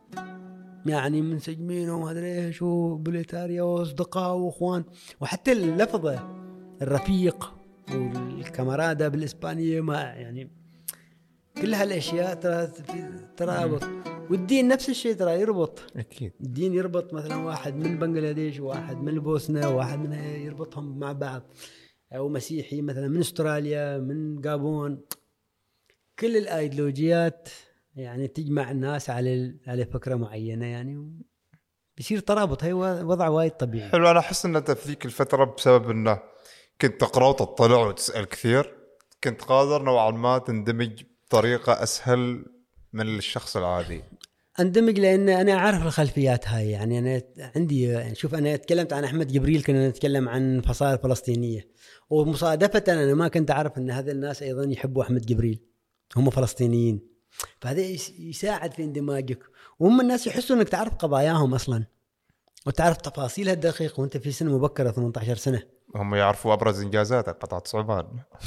Speaker 2: يعني منسجمين وما ايش وبوليتاريا واصدقاء واخوان. وحتى اللفظة الرفيق والكامارادة بالإسبانية ما يعني كل هالأشياء ترى ترابط. والدين نفس الشيء ترى يربط،
Speaker 1: أكيد
Speaker 2: الدين يربط مثلا واحد من بنغلاديش وواحد من البوسنة وواحد من يربطهم مع بعض، أو مسيحي مثلا من أستراليا من غابون. كل الأيديولوجيات يعني تجمع الناس على على فكرة معينة، يعني بيصير ترابط. هي وضع وايد طبيعي.
Speaker 1: حلو. أنا أحس إن أنت في ذيك الفترة بسبب إنه كنت تقرأ وتطلع وتسأل كثير، كنت قادر نوعا ما تندمج بطريقة أسهل من الشخص العادي.
Speaker 2: اندمج لان انا اعرف الخلفيات هاي. يعني انا عندي يعني شوف، انا تكلمت عن احمد جبريل، كنا نتكلم عن فصائل فلسطينيه، ومصادفه انا ما كنت اعرف ان هذا الناس ايضا يحبوا احمد جبريل، هم فلسطينيين. فهذا يساعد في اندماجك، وهم الناس يحسوا انك تعرف قضاياهم اصلا وتعرف تفاصيلها الدقيقه وانت في سنه مبكره ثمانية عشر سنه.
Speaker 1: هم يعرفوا ابرز انجازاتك بطاطس عمان.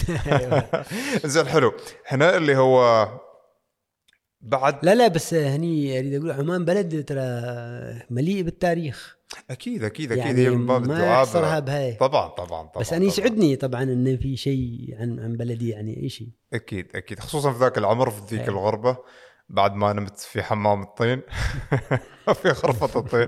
Speaker 1: زين حلو. هنا اللي هو بعد
Speaker 2: لا لا بس هني اريد اقول عمان بلد ترى مليء بالتاريخ.
Speaker 1: اكيد اكيد اكيد
Speaker 2: يعني
Speaker 1: هي من باب
Speaker 2: ما
Speaker 1: الدعابه
Speaker 2: يحصرها بهاي.
Speaker 1: طبعا طبعا طبعا
Speaker 2: بس انا
Speaker 1: طبعاً.
Speaker 2: يسعدني طبعا ان في شيء عن عن بلدي، يعني اي شيء.
Speaker 1: اكيد اكيد خصوصا في ذاك العمر في ذيك
Speaker 2: إيه.
Speaker 1: الغربه بعد ما نمت في حمام الطين في غرفه الطين.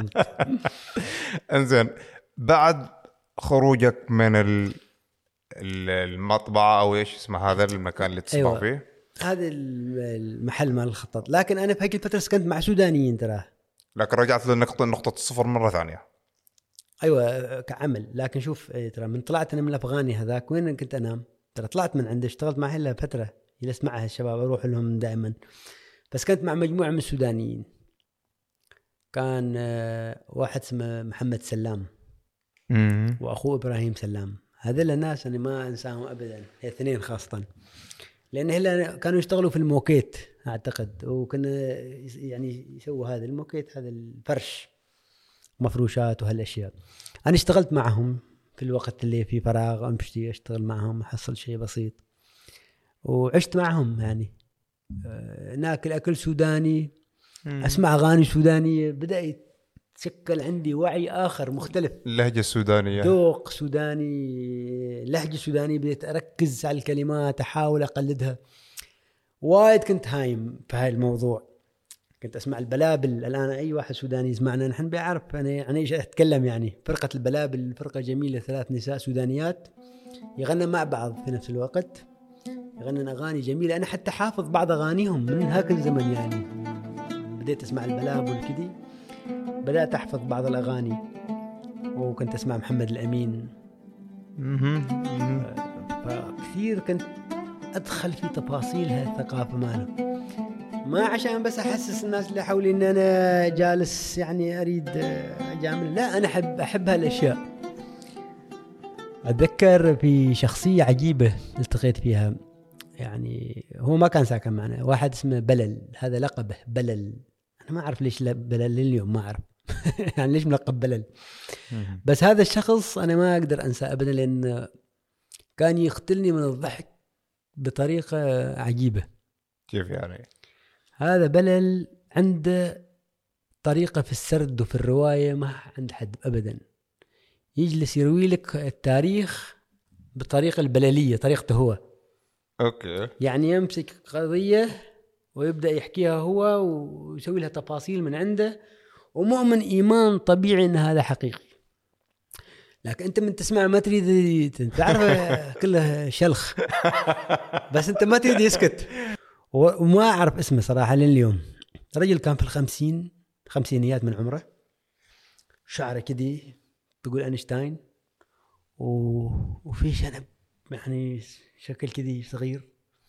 Speaker 1: انزين بعد خروجك من ال... ال- المطبعه او ايش اسمه هذا المكان اللي تصبح
Speaker 2: أيوة.
Speaker 1: فيه،
Speaker 2: هذا المحل مال الخطاط، لكن انا في هيك الفتره سكنت مع سودانيين ترى.
Speaker 1: لكن رجعت لنقطه نقطه الصفر مره ثانيه.
Speaker 2: ايوه كعمل. لكن شوف إيه ترى من طلعت انا من الافغاني هذاك وين كنت انام ترى، طلعت من عنده اشتغلت معه الا فتره، جلست معها الشباب اروح لهم دائما. بس كنت مع مجموعه من السودانيين، كان واحد اسمه محمد سلام واخوه ابراهيم سلام. هذول الناس انا ما انساهم ابدا، الاثنين خاصه، لان هلا كانوا يشتغلوا في الموكيت اعتقد، وكنا يعني يسووا هذا الموكيت، هذا الفرش مفروشات وهالاشياء. انا اشتغلت معهم في الوقت اللي في فراغ، امشي اشتغل معهم احصل شيء بسيط، وعشت معهم يعني. ناكل اكل سوداني، اسمع اغاني سودانيه، بدا يتشكل عندي وعي اخر مختلف،
Speaker 1: اللهجه السودانيه،
Speaker 2: ذوق سوداني، لهجه سودانيه، بديت اركز على الكلمات، احاول اقلدها. وايد كنت هايم في هاي الموضوع، كنت اسمع البلابل. الان اي واحد سوداني يسمعنا نحن بيعرف انا يعني ايش اتكلم. يعني فرقه البلابل فرقه جميله، ثلاث نساء سودانيات يغنن مع بعض في نفس الوقت، يغنن اغاني جميله. انا حتى حافظ بعض اغانيهم من هاك الزمن، يعني بديت اسمع البلابل كذي، بدات احفظ بعض الاغاني. وكنت اسمع محمد الامين، فكثير كنت ادخل في تفاصيل هاي الثقافه ماله، ما عشان بس احسس الناس اللي حولي ان انا جالس يعني اريد اجامل، لا انا احب احب هالاشياء. اتذكر في شخصيه عجيبه التقيت فيها، يعني هو ما كان ساكن معنا، واحد اسمه بلل، هذا لقبه بلل. انا ما اعرف ليش بلل لليوم، ما اعرف يعني ليش ملقب بلل. بس هذا الشخص انا ما اقدر انسى ابدا، لان كان يقتلني من الضحك بطريقه عجيبه.
Speaker 1: كيف يعني؟
Speaker 2: هذا بلل عنده طريقة في السرد وفي الرواية ما عند حد أبدا. يجلس يروي لك التاريخ بطريقة البللية، طريقته هو.
Speaker 1: أوكي.
Speaker 2: يعني يمسك قضية ويبدأ يحكيها هو ويسوي لها تفاصيل من عنده، ومؤمن إيمان طبيعي أن هذا حقيقي. لكن أنت من تسمع ما تريد تعرف كله شلخ، بس أنت ما تريد يسكت. وما أعرف اسمه صراحة لليوم. رجل كان في الخمسين خمسينيات من عمره، شعره كدي تقول أينشتاين، و... وفي شنب يعني شكل كدي صغير،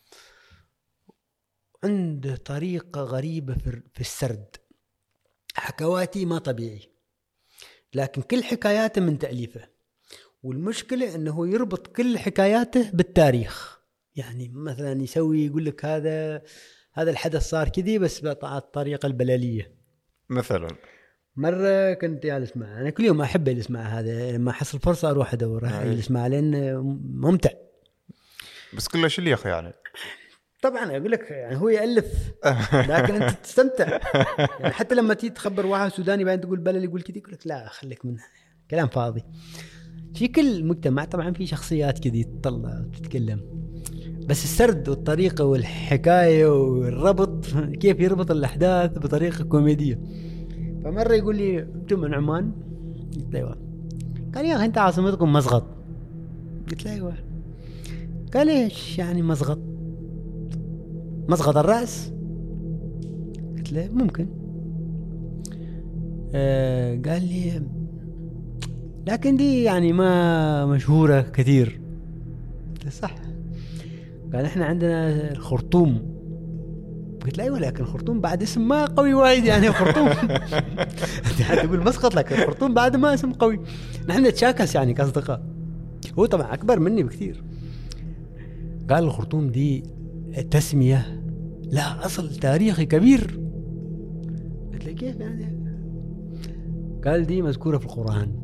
Speaker 2: عنده طريقة غريبة في, في السرد، حكواتي ما طبيعي، لكن كل حكاياته من تأليفه. والمشكلة أنه يربط كل حكاياته بالتاريخ. يعني مثلا يسوي يقول لك هذا هذا الحدث صار كذي بس بالطريقة البلالية.
Speaker 1: مثلا
Speaker 2: مرة كنت جالس معه، أنا كل يوم أحب أجلس مع هذا، لما أحصل فرصة أروح أدور أجلس معه لأن ممتع.
Speaker 1: بس كله شليخ يعني.
Speaker 2: طبعا أقول لك يعني هو يألف لكن أنت تستمتع. يعني حتى لما تيجي تخبر واحد سوداني بعدين تقول بلل يقول كذي، يقول لك لا خليك منها كلام فاضي. في كل مجتمع طبعا في شخصيات كذي تطلع وتتكلم، بس السرد والطريقة والحكاية والربط، كيف يربط الأحداث بطريقة كوميدية. فمرة يقول لي أنتم من عمان؟ قلت له أيوة. قال يا أخي أنت عاصمتكم مسقط؟ قلت له أيوة. قال إيش يعني مسقط؟ مسقط الرأس؟ قلت له ممكن. آه قال لي لكن دي يعني ما مشهورة كثير. قلت له صح. قال احنا عندنا الخرطوم. قلت له ايوه لكن الخرطوم بعد اسم ما قوي وايد يعني الخرطوم. انت تقول مسقط لكن الخرطوم بعد ما اسم قوي. نحن نتشاكس يعني كاصدقاء. هو طبعا اكبر مني بكثير. قال الخرطوم دي تسمية لا اصل تاريخي كبير. قلت له كيف يعني؟ قال دي مذكورة في القرآن.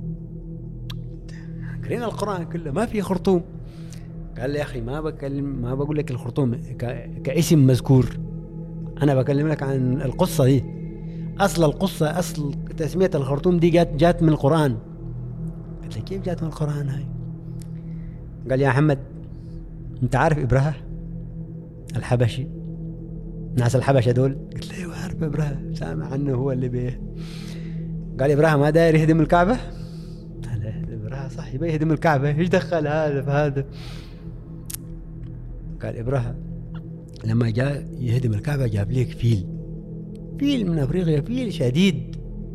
Speaker 2: قرينا القرآن كله ما فيه خرطوم. قال لي يا أخي ما بكلم ما بقول لك الخرطوم ك... كاسم مذكور، أنا بكلم لك عن القصة دي. اصل القصه اصل تسميه الخرطوم دي جات جات من القران. قلت له كيف جات من القران هاي؟ قال يا محمد انت عارف ابرهه الحبشي ناس الحبشه دول؟ قلت له ايوه عارف ابرهه سامع عنه هو اللي بيه. قال ابرهه ما داير يهدم الكعبه؟ قال ابرهه صح يبي يهدم الكعبه ايش دخل هذا في هذا؟ قال ابرهه لما جاء يهدم الكعبه جاب ليك فيل فيل من افريقيا فيل شديد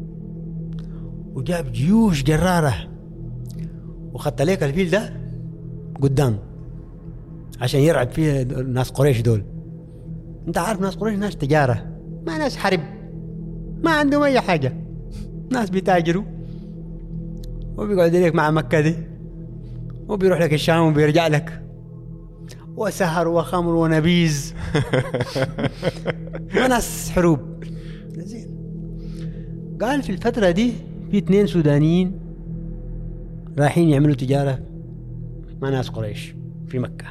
Speaker 2: وجاب جيوش جراره وخدت ليك الفيل ده قدام عشان يرعب فيه ناس قريش دول. انت عارف ناس قريش ناس تجاره ما ناس حرب ما عندهم اي حاجه ناس بيتاجروا وبيقعد لك مع مكه دي وبيروح لك الشام وبيرجع لك وسهر وخمر ونبيذ وناس حروب. زين. قال في الفترة دي في اثنين سودانيين رايحين يعملوا تجارة مع ناس قريش في مكة،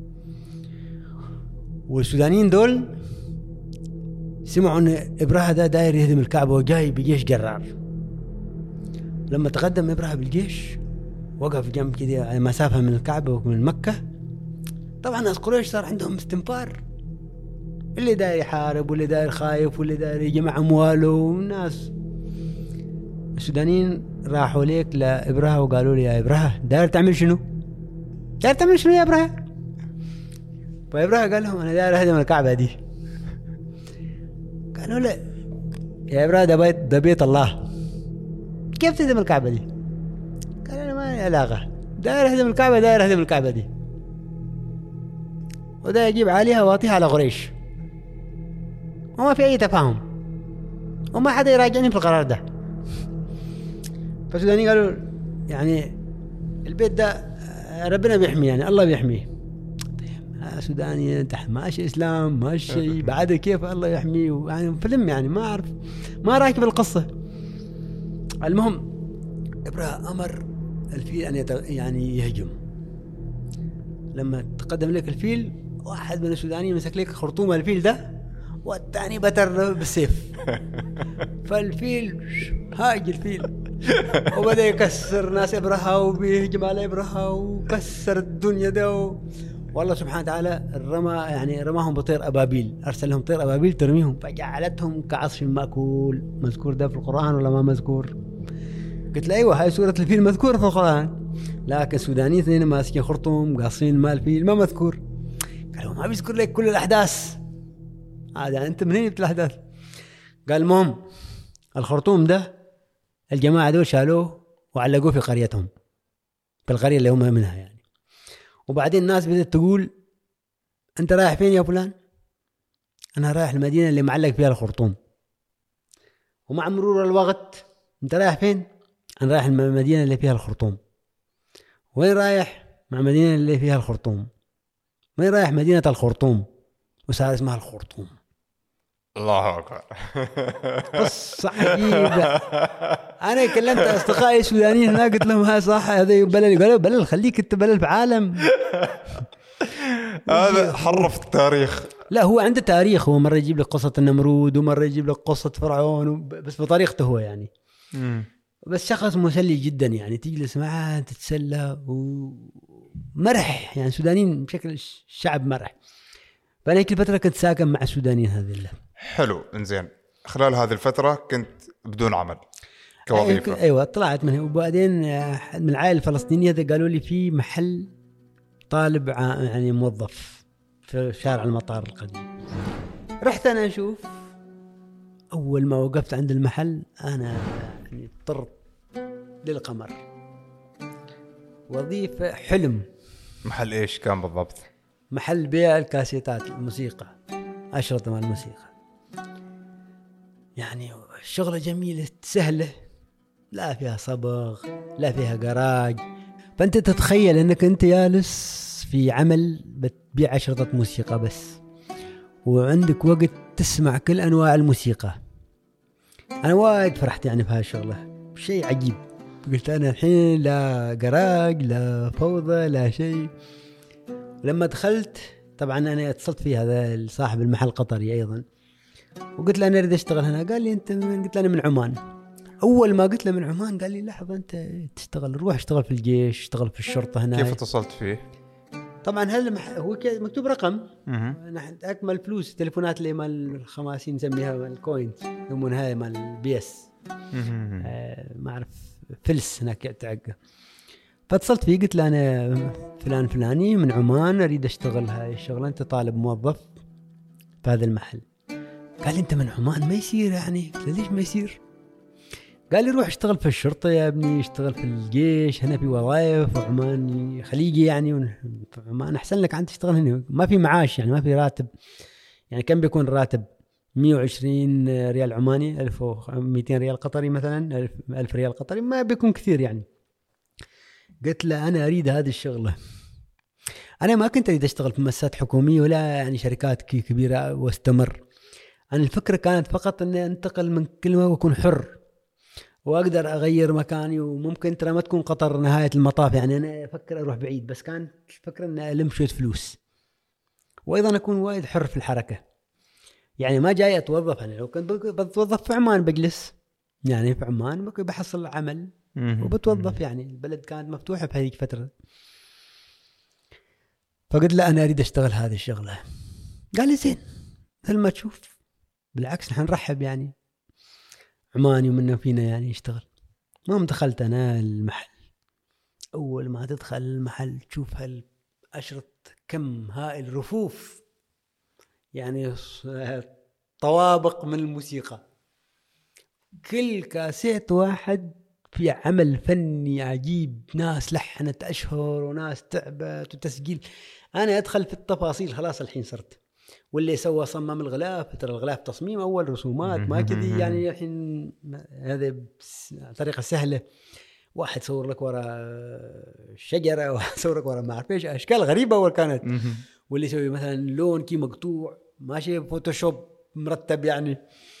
Speaker 2: والسودانيين دول سمعوا ان ابرهة ده داير يهدم الكعبة وجاي بجيش جرار. لما تقدم ابرهة بالجيش وقف جنب كده على مسافة من الكعبة ومن مكة. طبعا ناس قريش صار عندهم استنفار، اللي داير يحارب واللي داير خايف واللي داير يجمع امواله والناس. السودانيين راحوا ليك لابرهة وقالوا لي يا ابرهة داير تعمل شنو؟ داير تعمل شنو يا ابرهة؟ فابرهة قال لهم انا داير اهدم الكعبة دي. قالوا له يا ابرهة ده بيت ده بيت الله كيف تهدم الكعبة دي؟ قال انا ما لي علاقة داير اهدم الكعبة داير اهدم الكعبة دي وده يجيب عليها واطيها على قريش وما في أي تفاهم وما حدا يراجعني في القرار ده. فالسودانيين قالوا يعني البيت ده ربنا بيحميه يعني الله بيحميه. طيب سوداني انت ماشي اسلام ماشي بعد كيف الله يحميه يعني فيلم يعني ما اعرف ما راكب القصة. المهم ابرهة امر الفيل ان يت... يعني يهجم. لما تقدم لك الفيل واحد من السودانيين مسك لك خرطوم الفيل ده والثاني بتر بالسيف فالفيل هاج الفيل وبدأ يكسر ناس ابرهة وبيهجم على ابرهة وكسر الدنيا ده و... والله سبحانه وتعالى رمى يعني رماهم بطير ابابيل ارسل لهم طير ابابيل ترميهم فجعلتهم كعصف مأكول. مذكور ده في القرآن ولا ما مذكور؟ قلت له ايوه هاي سورة الفيل مذكورة في القرآن لكن السودانيين اثنين ماسكين خرطوم قاصين مال الفيل ما مذكور. قالوا ما بيذكر لك كل الاحداث هذا انت منين جبت الاحداث؟ قال المهم الخرطوم ده الجماعه دول شالوه وعلقوه في قريتهم في القريه اللي هم منها يعني. وبعدين الناس بدات تقول انت رايح فين يا فلان؟ انا رايح المدينه اللي معلق فيها الخرطوم. ومع مرور الوقت انت رايح فين؟ انا رايح المدينه اللي فيها الخرطوم. وين رايح؟ مع المدينه اللي فيها الخرطوم. وين رايح؟ مدينه الخرطوم وصار اسمها الخرطوم.
Speaker 1: الله أكبر.
Speaker 2: قصة عجيبة. أنا كلمت أصدقائي السودانيين هناك قلت لهم ها صح هذا بلل. قالوا بلل خليك أنت بلل في عالم
Speaker 1: هذا حرف التاريخ.
Speaker 2: لا هو عنده تاريخ. هو مرة يجيب لك قصة النمرود ومرة يجيب لك قصة فرعون بس بطريقته هو يعني م. بس شخص مسلي جدا يعني تجلس معاه تتسلى ومرح يعني سودانيين بشكل شعب مرح. فأنا كل فترة كنت ساكن مع السودانيين هذه الله.
Speaker 1: حلو. إنزين خلال هذه الفترة كنت بدون عمل كوظيفة؟
Speaker 2: أيوة طلعت منها. وبعدين من العائلة الفلسطينية ذا قالوا لي في محل طالب يعني موظف في شارع المطار القديم. رحت أنا أشوف. أول ما وقفت عند المحل أنا يعني طرت للقمر. وظيفة حلم.
Speaker 1: محل إيش كان بالضبط؟
Speaker 2: محل بيع الكاسيتات الموسيقى أشرطة مع الموسيقى يعني شغلة جميلة سهلة لا فيها صبغ لا فيها جراج. فأنت تتخيل أنك أنت جالس في عمل بتبيع أشرطة موسيقى بس وعندك وقت تسمع كل أنواع الموسيقى. أنا وايد فرحت يعني بهاي الشغلة شيء عجيب. قلت أنا الحين لا جراج لا فوضى لا شيء. لما دخلت طبعا أنا اتصلت في هذا صاحب المحل قطري أيضا وقلت له انا اريد اشتغل هنا. قال لي انت من؟ قلت له انا من عمان. اول ما قلت له من عمان قال لي لحظه انت تشتغل، روح اشتغل في الجيش، اشتغل في الشرطه هنا.
Speaker 1: كيف اتصلت فيه؟
Speaker 2: طبعا هل مح... هو مكتوب رقم، نحن اكمل فلوس تليفونات اللي مال الخماسين نسميها مال الكوينز يسمون هاي مال البي اس آه ما اعرف فلس هناك تعقه. فاتصلت فيه قلت له انا فلان فلاني من عمان اريد اشتغل هاي الشغله، انت طالب موظف في هذا المحل. قال لي انت من عمان ما يصير يعني. قلت له ليش ما يصير؟ قال لي روح اشتغل في الشرطه يا ابني، اشتغل في الجيش، هنا في وظائف، وعمان خليجي يعني، في عمان احسن لك عن تشتغل هنا، ما في معاش يعني، ما في راتب يعني. كم بيكون الراتب؟ مية وعشرين ريال عماني، ألف ومئتين ريال قطري مثلا، ألف ريال قطري، ما بيكون كثير يعني. قلت له انا اريد هذه الشغله، انا ما كنت اريد اشتغل في مؤسسات حكوميه ولا يعني شركات كبيره واستمر. انا الفكره كانت فقط اني انتقل من كلمه واكون حر واقدر اغير مكاني، وممكن ترى ما تكون قطر نهايه المطاف يعني. انا افكر اروح بعيد، بس كانت الفكره ان الم شويه فلوس وايضا اكون وايد حر في الحركه يعني. ما جاي اتوظف انا، لو كنت بتوظف في عمان بجلس يعني في عمان ممكن بحصل عمل وبتوظف يعني، البلد كانت مفتوحه بهذيك الفتره. فقلت له انا اريد اشتغل هذه الشغله. قال لي زين مثل ما تشوف، بالعكس نحن نرحب يعني، عماني ومنا فينا يعني يشتغل. المهم دخلت انا المحل. اول ما تدخل المحل تشوف هالاشرط كم هائل رفوف يعني، طوابق من الموسيقى، كل كاسيت واحد في عمل فني عجيب، ناس لحنت اشهر وناس تعبت وتسجيل. انا ادخل في التفاصيل خلاص الحين صرت. واللي سوى صمم الغلاف، ترى الغلاف تصميم اول رسومات ما كذي يعني. الحين هذا طريقه سهله، واحد صور لك ورا شجره، واحد صور لك ورا ما اعرف ايش، اشكال غريبه اول كانت. واللي يسوي مثلا لون كي مقطوع ماشي فوتوشوب مرتب يعني.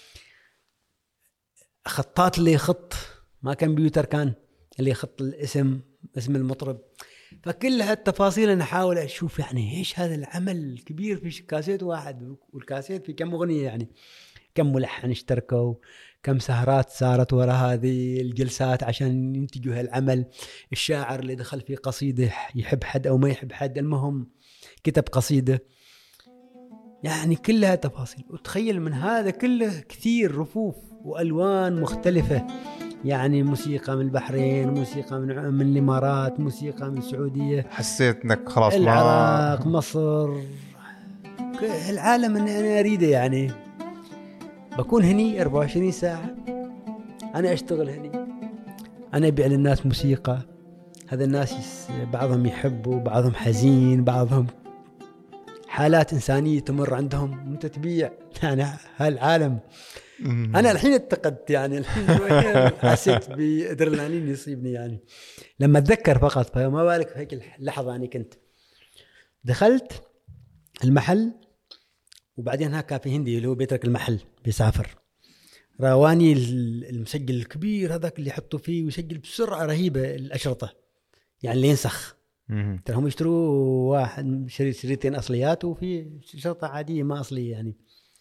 Speaker 2: خطاط اللي يخط ما كمبيوتر، كان اللي يخط الاسم، اسم المطرب. فكل هالتفاصيل انا احاول اشوف يعني ايش هذا العمل الكبير في كاسيت واحد، والكاسيت في كم اغنيه يعني، كم ملحن اشتركوا، كم سهرات صارت وراء هذه الجلسات عشان ينتجوا هالعمل، الشاعر اللي دخل في قصيده يحب حد او ما يحب حد، المهم كتب قصيده يعني. كلها تفاصيل. وتخيل من هذا كله كثير رفوف والوان مختلفه يعني، موسيقى من البحرين، موسيقى من من الامارات، موسيقى من السعوديه.
Speaker 1: حسيت انك خلاص
Speaker 2: العراق، مصر، العالم اللي انا اريده يعني. بكون هني أربعة وعشرين ساعه، انا اشتغل هني، انا ابيع للناس موسيقى. هذا الناس بعضهم يحبوا، بعضهم حزين، بعضهم حالات انسانيه تمر عندهم، انت تبيع يعني هالعالم. انا الحين اتقدت يعني، الحين شويه حسيت بادرينالين يصيبني يعني لما اتذكر فقط. فما بالك في هيك اللحظه يعني. كنت دخلت المحل، وبعدين هناك كان في هندي اللي هو بيترك المحل بيسافر، راواني المسجل الكبير هذاك اللي يحطوا فيه ويسجل بسرعه رهيبه الاشرطه يعني، اللي ينسخ. ترى هم يشتروا واحد شريط شريطين اصليات، وفي شرطه عاديه ما اصليه يعني.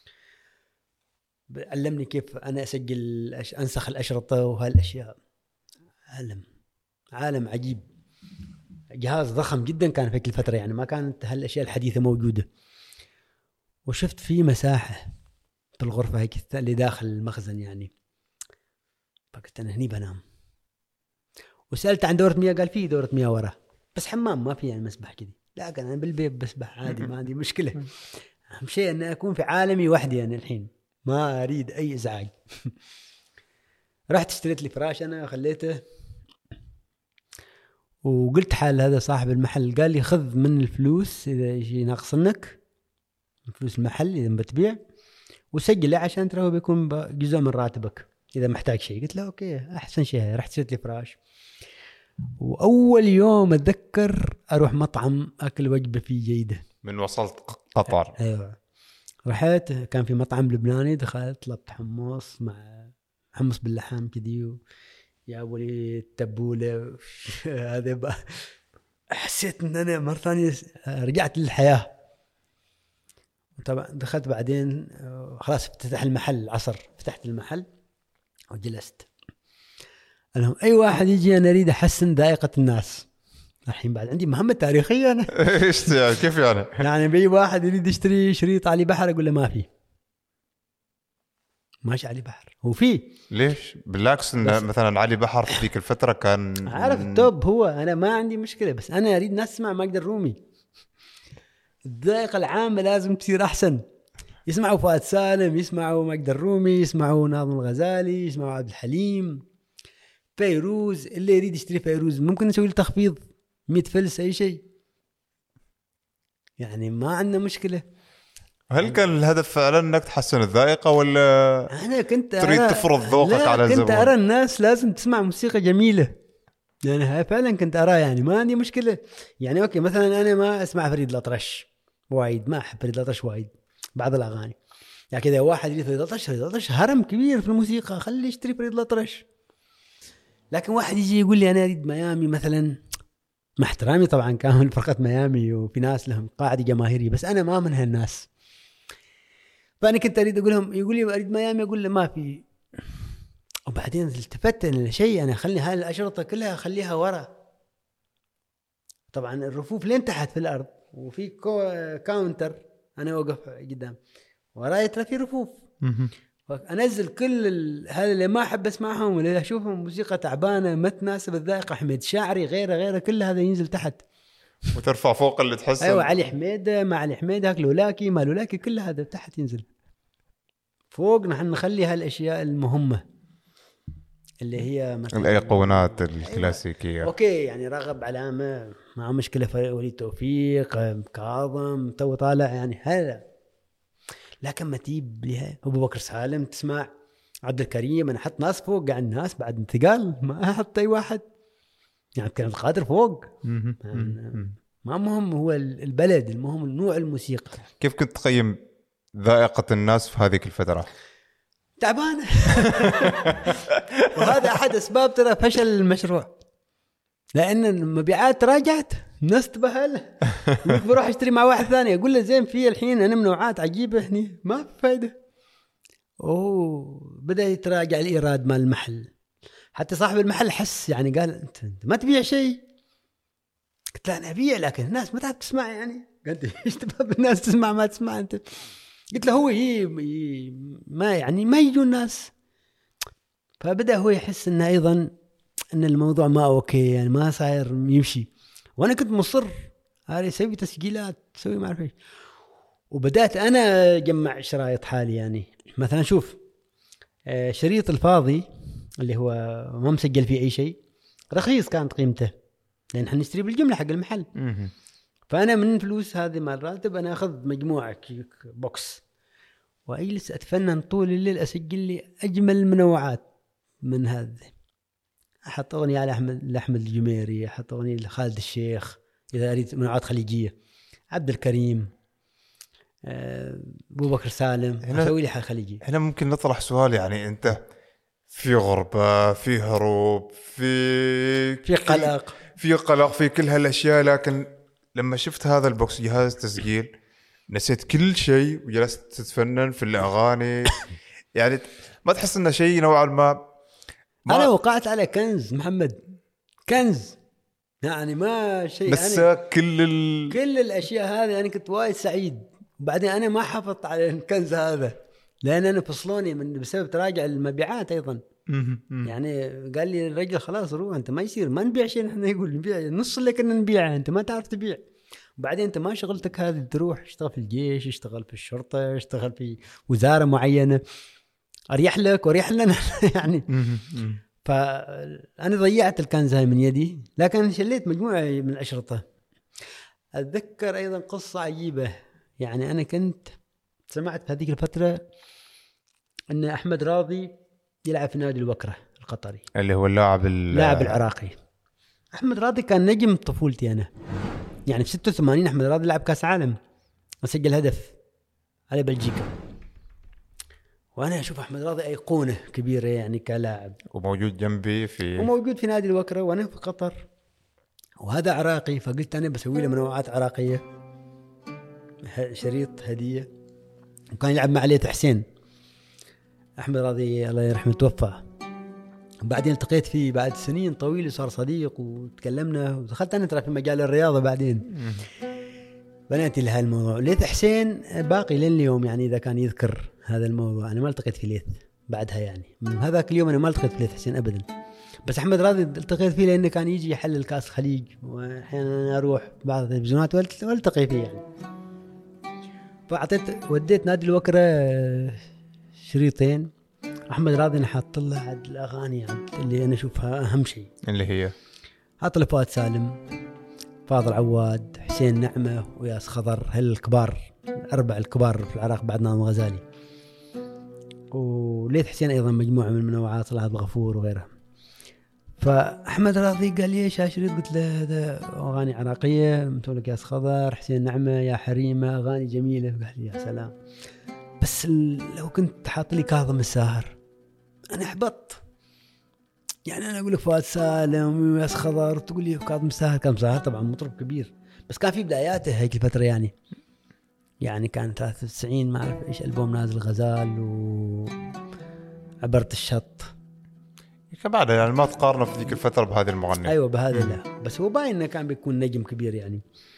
Speaker 2: علمني كيف أنا أسجل أنسخ الأشرطة وهالأشياء. عالم عالم عجيب، جهاز ضخم جدا كان في كل فترة يعني، ما كانت هالأشياء الحديثة موجودة. وشفت فيه مساحة في الغرفة هيك اللي داخل المخزن يعني. فقلت أنا هني بنام. وسألت عن دورة مياه، قال فيه دورة مياه ورا، بس حمام ما فيه يعني مسبح كذي. لا قال أنا بالبيت بسبح عادي، ما عندي مشكلة. أهم شيء أن أكون في عالمي وحدي يعني الحين، ما أريد أي إزعاج. رحت اشتريت لي فراش أنا خليته، وقلت حال هذا صاحب المحل، قال لي خذ من الفلوس إذا يجي ناقصنك فلوس المحل إذا بتبيع، وسجله عشان ترى بيكون جزء من راتبك إذا محتاج شيء. قلت له أوكي أحسن شيء. رحت اشتريت لي فراش، وأول يوم أتذكر أروح مطعم أكل وجبة فيه جيدة
Speaker 1: من وصلت قطر.
Speaker 2: أيوة رحت، كان في مطعم لبناني، دخلت طلبت حمص مع حمص باللحم كذي، جابوا لي التبولة. هذا بقى حسيت ان انا مرة ثانية رجعت للحياة. طبعا دخلت بعدين خلاص افتتح المحل العصر، فتحت المحل وجلست. لهم أي واحد يجي أنا أريد أحسن ذائقة الناس. الحين بعد عندي مهمة تاريخية أنا.
Speaker 1: إيش يعني كيف يعني؟
Speaker 2: يعني بأي واحد يريد يشتري شريط علي بحر أقول له ما في، ماشي علي بحر هو فيه.
Speaker 1: ليش؟ بالعكس إن مثلا علي بحر في ذيك الفترة كان
Speaker 2: عارف التوب هو، أنا ما عندي مشكلة، بس أنا أريد ناس تسمع ماجد الرومي. الذائقة العامة لازم تصير أحسن. يسمعوا فؤاد سالم، يسمعوا ماجد الرومي، يسمعوا ناظم الغزالي، يسمعوا عبد الحليم، فيروز. اللي يريد يشتري فيروز ممكن نسوي له تخفيض مية فلس أي شيء، يعني ما عندنا مشكلة.
Speaker 1: هل كان الهدف فعلا انك تحسن الذائقة ولا
Speaker 2: أنا كنت
Speaker 1: تريد تفرض ذوقك على الزبون؟
Speaker 2: كنت أرى الناس لازم تسمع موسيقى جميلة، يعني هاي فعلا كنت أرى، يعني ما عندي مشكلة. يعني أوكي مثلا أنا ما أسمع فريد الأطرش وايد، ما أحب فريد الأطرش وايد بعض الأغاني، يعني كذا واحد يريد فريد الأطرش، فريد الأطرش هرم كبير في الموسيقى، خلي يشتري فريد الأطرش. لكن واحد يجي يقول لي أنا أريد ميامي مثلا، مع احترامي طبعا كامل فرقة ميامي وفي ناس لهم قاعدة جماهيرية، بس أنا ما من هالناس. فأنا كنت أريد أقول لهم، يقول لي أريد ميامي، أقول له ما في. وبعدين التفت لشيء، أنا أخلي هاي الأشرطة كلها أخليها ورا، طبعا الرفوف لين تحت في الأرض، وفي كاونتر أنا أوقف قدام وراي ترى في رفوف. أنزل كل هذا اللي ما أحب أسمعهم واللي أشوفهم موسيقى تعبانة ما تناسب الذائقة، حميد شاعري غيره غيره كل هذا ينزل تحت،
Speaker 1: وترفع فوق اللي تحس.
Speaker 2: أيوة علي حميدة مع علي حميدة، هاك لولاكي ما لولاكي، كل هذا تحت ينزل. فوق نحن نخلي هالأشياء المهمة اللي هي مثلا
Speaker 1: الأيقونات الكلاسيكية.
Speaker 2: أيوة. أوكي يعني رغب علامة مع مشكلة، وليد توفيق، كاظم تو طالع، يعني هذا. لكن ما تجيب لها أبو بكر سالم تسمع عبد الكريم، أنا حط ناس فوق عن الناس بعد انتقال، ما أحط أي واحد، يعني كان القادر فوق. يعني ما مهم هو البلد، المهم نوع الموسيقى.
Speaker 1: كيف كنت تقيم ذائقة الناس في هذه الفترة؟
Speaker 2: تعبانة. وهذا أحد أسباب ترى فشل المشروع، لأن المبيعات تراجعت، الناس تبهل. بروح اشتري مع واحد ثاني، أقول له زين في الحين أنا منوعات عجيبة هني ما في فايدة. أوه بدأ يتراجع الإيراد مال المحل، حتى صاحب المحل حس، يعني قال أنت, انت ما تبيع شيء. قلت له أنا أبيع لكن الناس ما تعرف تسمع، يعني قلت إيش تبغى الناس تسمع ما تسمع أنت؟ قلت له هو هي ما يعني ما يجوا الناس. فبدأ هو يحس إنه أيضا إن الموضوع ما أوكي، يعني ما صاير يمشي. وأنا كنت مصر هذا يسوي تسجيلات سوي ما أعرف إيش، وبدأت أنا أجمع شرايط حالي. يعني مثلا شوف شريط الفاضي اللي هو ما مسجل فيه أي شيء رخيص كانت قيمته، لأن إحنا نشتري بالجملة حق المحل. فأنا من فلوس هذه مال راتب أنا أخذ مجموعة بوكس وأجلس أتفنن طول الليل أسجل لي أجمل المنوعات من هذا. أحط أغنية على أحمد لأحمد الجميري، أحط أغنية لخالد الشيخ إذا أريد منوعات خليجية، عبد الكريم، أبو بكر سالم، أسوي لي حال خليجي.
Speaker 1: هنا ممكن نطرح سؤال، يعني أنت في غربة، في هروب، في
Speaker 2: في قلق،
Speaker 1: في قلق في كل هالأشياء، لكن لما شفت هذا البوكس جهاز تسجيل نسيت كل شيء وجلست تتفنن في الأغاني. يعني ما تحس إنه شيء نوعا ما, ما
Speaker 2: أنا وقعت على كنز محمد، كنز يعني ما شيء
Speaker 1: بس
Speaker 2: يعني
Speaker 1: كل ال...
Speaker 2: كل الأشياء هذه أنا يعني كنت وايد سعيد. وبعدين أنا ما حافظت على الكنز هذا لأن أنا فصلوني من بسبب تراجع المبيعات أيضا. يعني قال لي الرجل خلاص روح أنت، ما يصير ما نبيع شيء، نحن يقول نبيع نص اللي كنا نبيعه، أنت ما تعرف تبيع. وبعدين أنت ما شغلتك هذه، تروح اشتغل في الجيش، اشتغل في الشرطة، اشتغل في وزارة معينة، أريح لك وأريح لنا. يعني فأنا ضيعت الكنز هاي من يدي، لكن شليت مجموعة من الأشرطة. أتذكر أيضا قصة عجيبة، يعني أنا كنت سمعت في هذيك الفترة أن أحمد راضي يلعب في نادي الوكرة القطري،
Speaker 1: اللي هو اللاعب
Speaker 2: اللاعب العراقي. أحمد راضي كان نجم طفولتي أنا، يعني في ستة وثمانين أحمد راضي لعب كاس عالم وسجل هدف على بلجيكا، وأنا أشوف أحمد راضي أيقونة كبيرة يعني كلاعب،
Speaker 1: وموجود جنبي في
Speaker 2: وموجود في نادي الوكرة وأنا في قطر، وهذا عراقي. فقلت أنا بسوي له منوعات عراقية، شريط هدية. وكان يلعب مع ليث حسين. أحمد راضي الله يرحمه توفى، بعدين التقيت فيه بعد سنين طويلة، صار صديق وتكلمنا، ودخلت أنا ترى في مجال الرياضة بعدين بناتي لها الموضوع. ليث حسين باقي لين اليوم يعني إذا كان يذكر هذا الموضوع. أنا ما التقيت في ليث بعدها يعني من هذاك اليوم أنا ما التقيت في ليث حسين أبدا، بس أحمد راضي التقيت فيه لأنه كان يجي يحلل كاس خليج، وأحيانا أنا أروح بعض التلفزيونات والتقي فيه يعني. فأعطيت وديت نادي الوكرة شريطين أحمد راضي نحط له عد الأغاني عد اللي أنا أشوفها أهم شيء،
Speaker 1: اللي هي
Speaker 2: حط له فؤاد سالم، فاضل عواد، حسين نعمة، وياس خضر، هالكبار الأربع الكبار في العراق بعد ناظم غزالي، وليث حسين أيضا مجموعة من المنوعات، طلعت بغفور وغيرها. فأحمد راضي قال لي إيش هالشريط؟ قلت له هذا أغاني عراقية متولك ياس خضر، حسين نعمة، يا حريمة، أغاني جميلة. قال لي يا سلام، بس لو كنت حاط لي كاظم الساهر أنا أحبط. يعني أنا أقول لك فؤاد سالم وياس خضر، تقول لي كاظم الساهر. كاظم الساهر طبعا مطرب كبير، بس كان في بداياته هيك الفترة يعني يعني كان ثلاثة وتسعين ما أعرف إيش ألبوم نازل، غزال وعبرت الشط
Speaker 1: كبعد يعني ما تقارنه في ذيك الفترة بهذه المغني.
Speaker 2: أيوة بهذا لا، بس هو باين إنه كان بيكون نجم كبير يعني.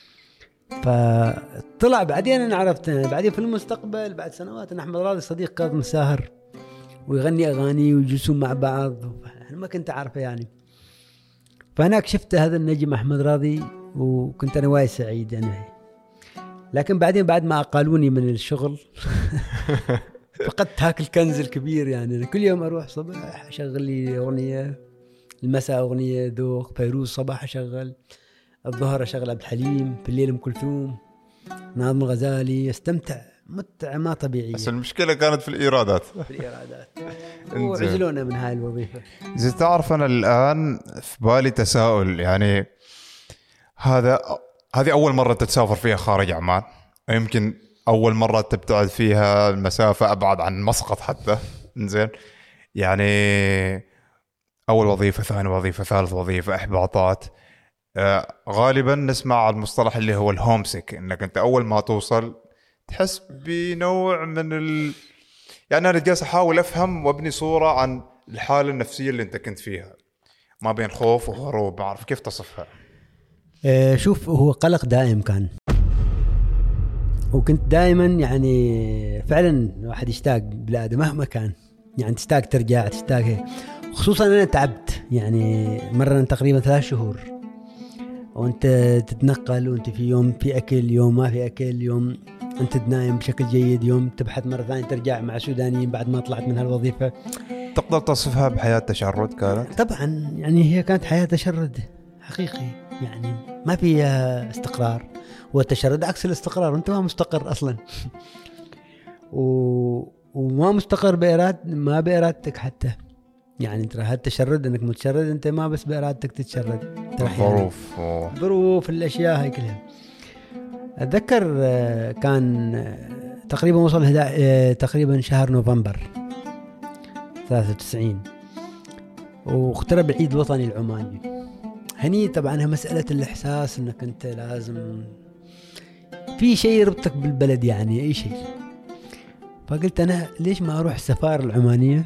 Speaker 2: فطلع بعدين أنا عرفت بعدين في المستقبل بعد سنوات أن أحمد راضي صديق كاظم الساهر ويغني أغاني ويجلسون مع بعض، أنا ما كنت أعرفه يعني. فهناك شفت هذا النجم أحمد راضي وكنت أنا وايد سعيد يعني. لكن بعدين بعد ما أقالوني من الشغل فقدت هاك الكنز الكبير يعني. أنا كل يوم أروح صباح أشغل لي أغنية، المساء أغنية ذوق فيروز، صباح أشغل، الظهر أشغل عبد الحليم، في الليل أم كلثوم، ناظم الغزالي، استمتع متعة ما طبيعية.
Speaker 1: بس المشكلة كانت في الإيرادات
Speaker 2: في الإيرادات وعزلونا من هاي الوظيفة.
Speaker 1: زي تعرف أنا الآن في بالي تساؤل يعني، هذا هذه أول مرة تتسافر فيها خارج عمان، يمكن أول مرة تبتعد فيها المسافة أبعد عن مسقط حتى، إنزين يعني أول وظيفة، ثاني وظيفة، ثالث وظيفة، إحباطات. آه غالبا نسمع المصطلح اللي هو الهومسك، إنك أنت أول ما توصل تحس بنوع من ال... يعني أنا جالس أحاول أفهم وأبني صورة عن الحالة النفسية اللي أنت كنت فيها، ما بين خوف وهروب، بعرف كيف تصفها.
Speaker 2: آه شوف، هو قلق دائم كان، وكنت دائما يعني فعلا واحد يشتاق بلاده مهما كان، يعني تشتاق ترجع تشتاق هيك. خصوصا أنا تعبت يعني مرة تقريبا ثلاث شهور وأنت تتنقل، وأنت في يوم في أكل، يوم ما في أكل، يوم أنت تنايم بشكل جيد، يوم تبحث مرة ثانية ترجع مع سودانيين بعد ما طلعت من هالوظيفة.
Speaker 1: تقدر تصفها بحياة تشرد كانت؟
Speaker 2: طبعا يعني هي كانت حياة تشرد حقيقي، يعني ما في استقرار، والتشرد عكس الاستقرار، أنت ما مستقر أصلا و... وما مستقر بإرادة، ما بإرادتك حتى يعني. ترى هالتشرد انك متشرد انت ما بس بإرادتك تتشرد،
Speaker 1: ظروف
Speaker 2: ظروف الاشياء هاي كلها. اتذكر كان تقريبا وصل هدا... تقريبا شهر نوفمبر ثلاثة وتسعين واقترب العيد الوطني العماني. هني طبعا مسألة الإحساس انك انت لازم في شيء يربطك بالبلد يعني اي شيء. فقلت انا ليش ما اروح السفارة العمانية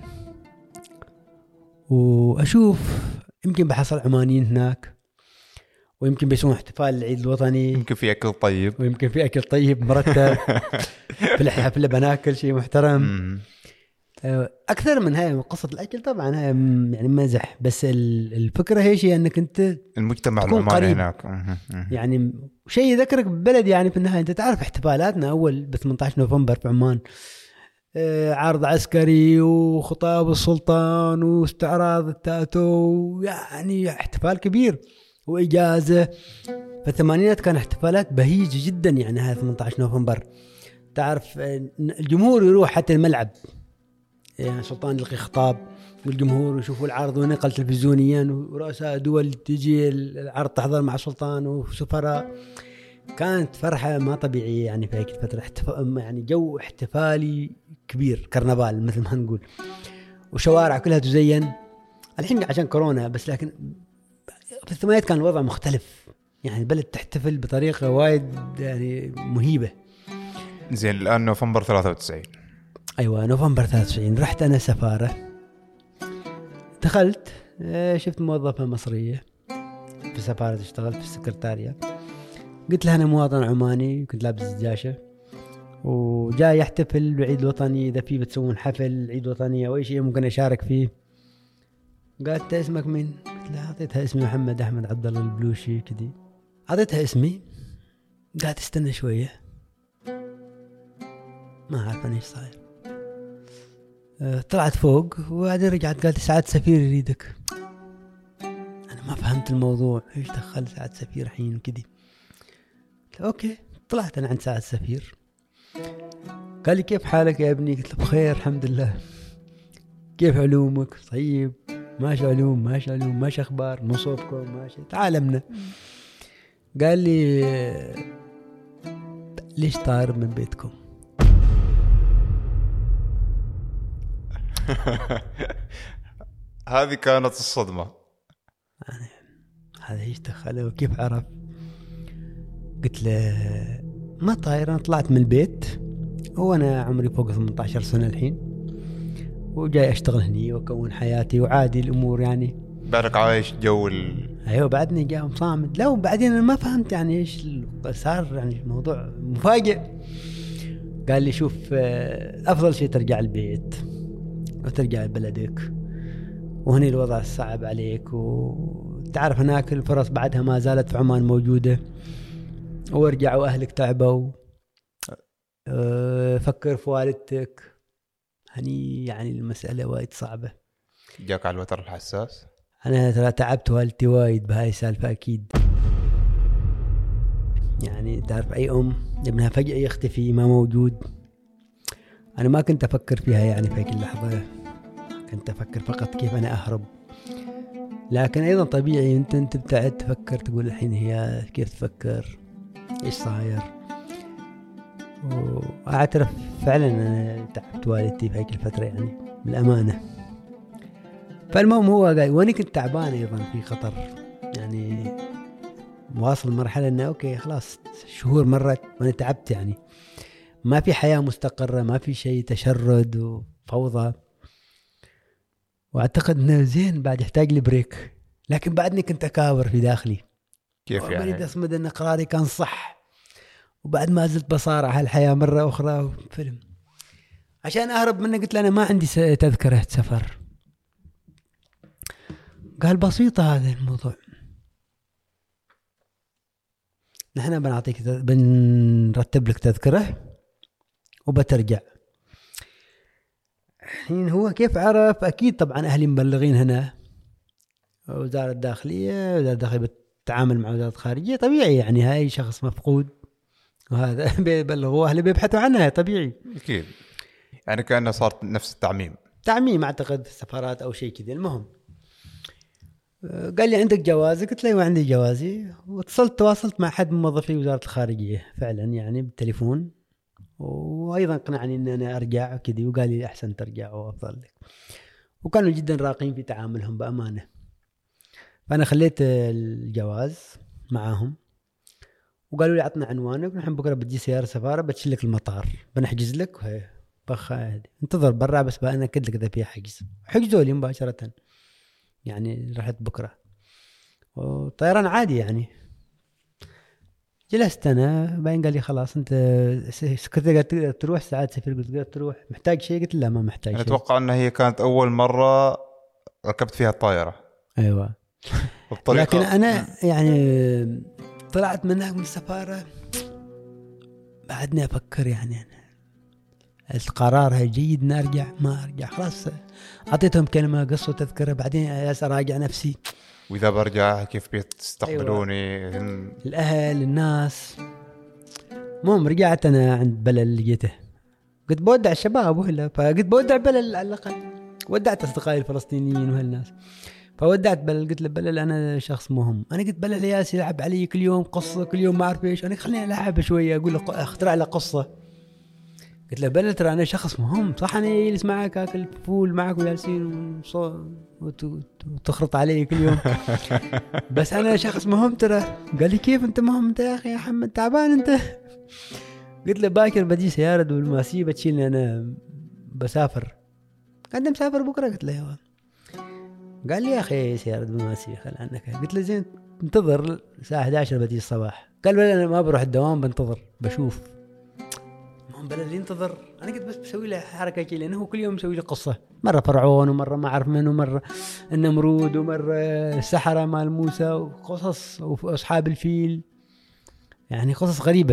Speaker 2: وأشوف يمكن بحصل عمانيين هناك، ويمكن بيسوون احتفال العيد الوطني،
Speaker 1: يمكن في أكل طيب،
Speaker 2: ويمكن في أكل طيب مرتب في الحفلة بناكل شيء محترم. أكثر من هاي قصة الأكل طبعا هاي يعني مزح، بس الفكرة هي شيء أنك أنت
Speaker 1: المجتمع العماني هناك
Speaker 2: يعني شيء يذكرك بالبلد يعني. في النهاية أنت تعرف احتفالاتنا أول ب ثمانية عشر نوفمبر في عمان، عرض عسكري وخطاب السلطان واستعراض التاتو، يعني احتفال كبير وإجازة. في الثمانينات كان احتفالات بهيجة جدا يعني. هذا ثمانية عشر نوفمبر تعرف الجمهور يروح حتى الملعب، يعني سلطان يلقي خطاب والجمهور يشوفوا العرض ونقل تلفزيونيا، ورؤساء دول تجي العرض تحضر مع السلطان وسفراء. كانت فرحة ما طبيعية يعني في هيك الفترة، احتفال يعني جو احتفالي كبير، كرنفال مثل ما نقول، وشوارع كلها تزين. الحين عشان كورونا بس، لكن في الثمانينات كان الوضع مختلف يعني، البلد تحتفل بطريقة وايد يعني مهيبة.
Speaker 1: زين الآن نوفمبر ثلاثة وتسعين.
Speaker 2: أيوة نوفمبر ثلاثة وتسعين رحت أنا سفارة، دخلت شفت موظفة مصرية في سفارة اشتغلت في السكرتارية، قلت لها أنا مواطن عماني كنت لابس زجاجة وجاي يحتفل بعيد وطني، إذا في بتسوون حفل عيد وطني أو أي شيء ممكن أشارك فيه. قالت اسمك مين؟ قلت لها أعطيتها اسمي محمد أحمد عبد الله البلوشي كذي، أعطيتها اسمي. قالت استنى شوية ما أعرف أنا إيش صاير. أه طلعت فوق وبعدين رجعت قالت سعادة سفير يريدك. أنا ما فهمت الموضوع، إيش دخل سعادة سفير حين كذي. أوكي طلعت أنا عند سعادة سفير، قال لي كيف حالك يا ابني؟ قلت له بخير الحمد لله. كيف علومك؟ طيب ماشي علوم ماشي علوم ماشي أخبار مصوبكم ماشي تعالمنا. قال لي ليش طارب من بيتكم؟
Speaker 1: هذه كانت الصدمة.
Speaker 2: يعني هذا ايش دخله وكيف عرف؟ قلت له ما طاير، انا طلعت من البيت وانا عمري فوق ثمانية عشر سنة الحين وجاي اشتغل هني واكون حياتي وعادي الامور يعني.
Speaker 1: بعدك عايش جو ال...
Speaker 2: ايوه بعدني جاء مصامد. لا وبعدين انا ما فهمت يعني ايش صار، يعني الموضوع مفاجئ. قال لي شوف افضل شيء ترجع البيت وترجع لبلدك، وهني الوضع صعب عليك وتعرف هناك الفرص بعدها ما زالت في عمان موجودة، وارجع واهلك تعبوا، فكر في والدتك. هني يعني المسألة وايد صعبة.
Speaker 1: جاك على الوتر الحساس؟
Speaker 2: أنا ترى تعبت والدتي وايد بهاي السالفة أكيد. يعني تعرف أي أم ابنها فجأة يختفي ما موجود، أنا ما كنت أفكر فيها يعني في هيك اللحظة، كنت أفكر فقط كيف أنا أهرب. لكن أيضا طبيعي أنت أنت بتعد تفكر تقول الحين هي كيف تفكر إيش صاير. وأعترف فعلا أنا تعبت والدتي في هيك الفترة يعني بالأمانة. فالمهم هو قال وأنا كنت تعبان أيضا في خطر، يعني واصل مرحلة أنه أوكي خلاص شهور مرت وأنا تعبت، يعني ما في حياة مستقرة، ما في شيء، تشرد وفوضى. وأعتقد أنه زين بعد يحتاج لي بريك، لكن بعدني كنت أكابر في داخلي
Speaker 1: كيف يعني؟
Speaker 2: أريد أصمد أن قراري كان صح، وبعد ما زلت بصارع هالحياة مرة أخرى فيلم عشان أهرب منه. قلت له أنا ما عندي تذكرة سفر. قال بسيطة هذا الموضوع، نحن بنعطيك بنرتب لك تذكرة وبترجع. حين هو كيف عرف؟ أكيد طبعا أهلي مبلغين هنا، وزارة الداخلية وزارة الداخلية بتتعامل مع وزارة الخارجية طبيعي، يعني هاي شخص مفقود وهذا بيبلغوا أهلي بيبحثوا عنها طبيعي
Speaker 1: أكيد. يعني كأنه صار نفس التعميم
Speaker 2: تعميم أعتقد في السفارات أو شيء كذا. المهم قال لي عندك جوازي؟ قلت له عندي جوازي. واتصلت تواصلت مع أحد من موظفي وزارة الخارجية فعلا يعني بالتليفون، وأيضا قنعني أن أنا أرجع كذي، وقال لي أحسن ترجع وأفضل لك. وكانوا جدا راقين في تعاملهم بأمانة. فأنا خليت الجواز معاهم وقالوا لي عطنا عنوانك، نحن بكرة بتجي سيارة سفارة بتشلك المطار بنحجز لك وهي بخ انتظر برا بس بقى أكد لك إذا فيها حجز. حجزوا لي مباشرة يعني رحت بكرة وطيران عادي يعني. جلست أنا بعدين قال لي خلاص أنت سكرتير تقدر تروح ساعات سفير. قلت تقدر تروح محتاج شيء؟ قلت لا ما محتاج شيء.
Speaker 1: أتوقع أن هي كانت أول مرة ركبت فيها الطائرة.
Speaker 2: أيوة. لكن أنا يعني طلعت منها من السفارة بعدني أفكر يعني أنا القرار هي جيد إن أرجع ما أرجع. خلاص أعطيتهم كلمة قصوا تذكرة بعدين أراجع نفسي
Speaker 1: وإذا برجع كيف بيستقبلوني.
Speaker 2: أيوة. الأهل الناس. مهم رجعت أنا عند بلل لقيته قلت بودع الشباب وهلا، فقلت بودع بلل على الأقل. ودعت أصدقائي الفلسطينيين وهالناس، فودعت بلل. قلت له بلل أنا شخص مهم. أنا قلت بلل ياس يلعب علي كل يوم قصة كل يوم ما أعرف إيش، أنا خليني ألعب شوية أقول له أخترع له قصة. قلت له بلل ترى أنا شخص مهم صح، أنا يجلس معك أكل فول معك وجالسين وتخرط علي كل يوم بس أنا شخص مهم ترى. قال لي كيف أنت مهم أنت يا أخي يا محمد تعبان أنت؟ قلت له باكر بدي سيارة دبلوماسية بتشيلني أنا بسافر. قال لي مسافر بكرة؟ قلت له ايوه. قال لي يا أخي سيارة دبلوماسية خل عنك. قلت له زين انتظر الساعة إحدى عشرة بدي الصباح. قال بلا أنا ما بروح الدوام بنتظر بشوف. ما بلا اللي ينتظر أنا كنت بس بسوي له حركة كي لأنه هو كل يوم مسوي لي قصة، مرة فرعون ومرة ما أعرف من ومرة النمرود ومرة السحرة مال موسى وقصص وأصحاب الفيل، يعني قصص غريبة.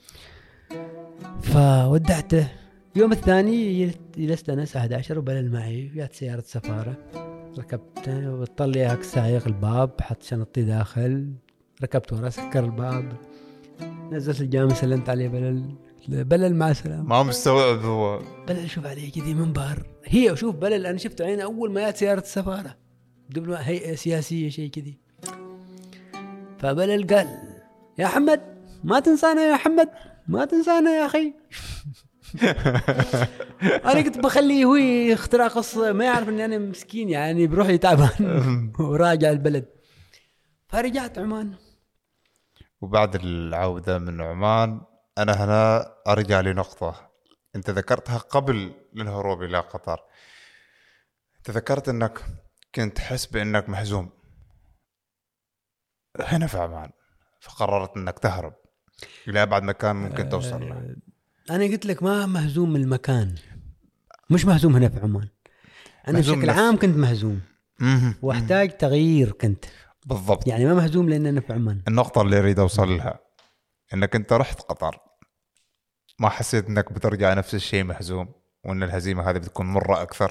Speaker 2: فودعته. يوم الثاني جلست أنا الساعة إحدى عشرة وبلل معي جات سيارة سفارة، ركبته وطلع هاك السائق الباب حط شنطتي داخل، ركبت ورا سكر الباب نزلت الجامع سلمت عليه بلل بلل مع السلامة.
Speaker 1: ما مستوعب هو
Speaker 2: بلل شوف عليه كذي منبهر هي وشوف بلل أنا شفت عينه أول ما جات سيارة السفارة دبلو هيئة سياسية شيء كذي. فبلل قال يا حمد ما تنسانا يا حمد ما تنسانا يا أخي. أنا كنت بخليه هو يخترع قصة ما يعرف إني أنا مسكين يعني بروح يتعبان وراجع البلد. فرجعت عمان.
Speaker 1: وبعد العودة من عمان أنا هنا أرجع لنقطة أنت ذكرتها قبل الهروب إلى قطر. تذكرت أنك كنت تحس بأنك محزوم هنا في عمان، فقررت أنك تهرب إلى أبعد مكان ممكن توصل له.
Speaker 2: أنا قلت لك ما مهزوم من المكان، مش مهزوم هنا في عمان. أنا بشكل عام كنت مهزوم واحتاج تغيير كنت
Speaker 1: بالضبط،
Speaker 2: يعني ما مهزوم لأن أنا في عمان.
Speaker 1: النقطة اللي أريد أوصل لها أنك أنت رحت قطر ما حسيت أنك بترجع نفس الشيء مهزوم وأن الهزيمة هذه بتكون مرة أكثر؟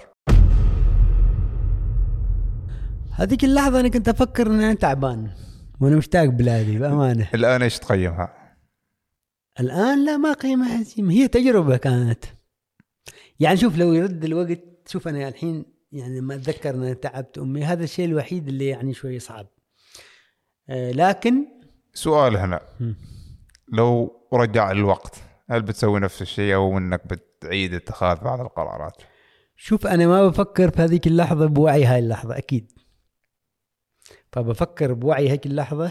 Speaker 2: هذيك اللحظة أنا كنت أفكر أن أنا تعبان وأنا مشتاق بلادي بأمانة.
Speaker 1: الآن إيش تقيمها؟
Speaker 2: الآن لا ما قيمة هزيمة، هي تجربة كانت. يعني شوف لو يرد الوقت، شوف أنا الحين يعني ما أتذكر أن أنا تعبت أمي، هذا الشيء الوحيد اللي يعني شوي صعب. آه لكن
Speaker 1: سؤال هنا م. لو رجع الوقت هل بتسوي نفس الشيء أو أنك بتعيد اتخاذ بعض القرارات؟
Speaker 2: شوف أنا ما بفكر في هذيك اللحظة بوعي هاي اللحظة أكيد، فبفكر بوعي هيك اللحظة،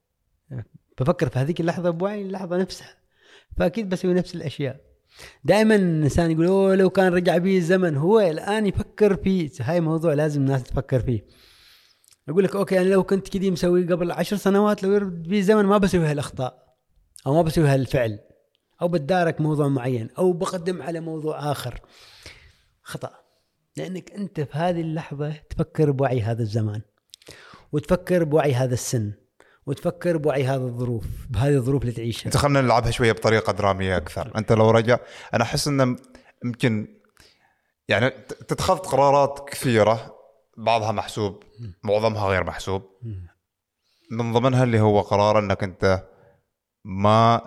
Speaker 2: بفكر في هذيك اللحظة بوعي اللحظة نفسها، فأكيد بسوي نفس الأشياء. دائما الإنسان يقول أوه لو كان رجع بيه الزمن، هو الآن يفكر فيه. هاي موضوع لازم الناس تفكر فيه. أقول لك أوكي أنا لو كنت كذي مسوي قبل عشر سنوات لو يرد بيه الزمن ما بسوي هالأخطاء أو ما بسوي هالفعل أو بتدارك موضوع معين أو بقدم على موضوع آخر. خطأ، لأنك أنت في هذه اللحظة تفكر بوعي هذا الزمان وتفكر بوعي هذا السن وتفكر بوعي هذا الظروف، بهذه الظروف اللي تعيشها.
Speaker 1: انت خلنا نلعبها شويه بطريقه دراميه اكثر. انت لو رجع انا احس ان يمكن يعني تتخذ قرارات كثيره بعضها محسوب معظمها غير محسوب، من ضمنها اللي هو قرار انك انت ما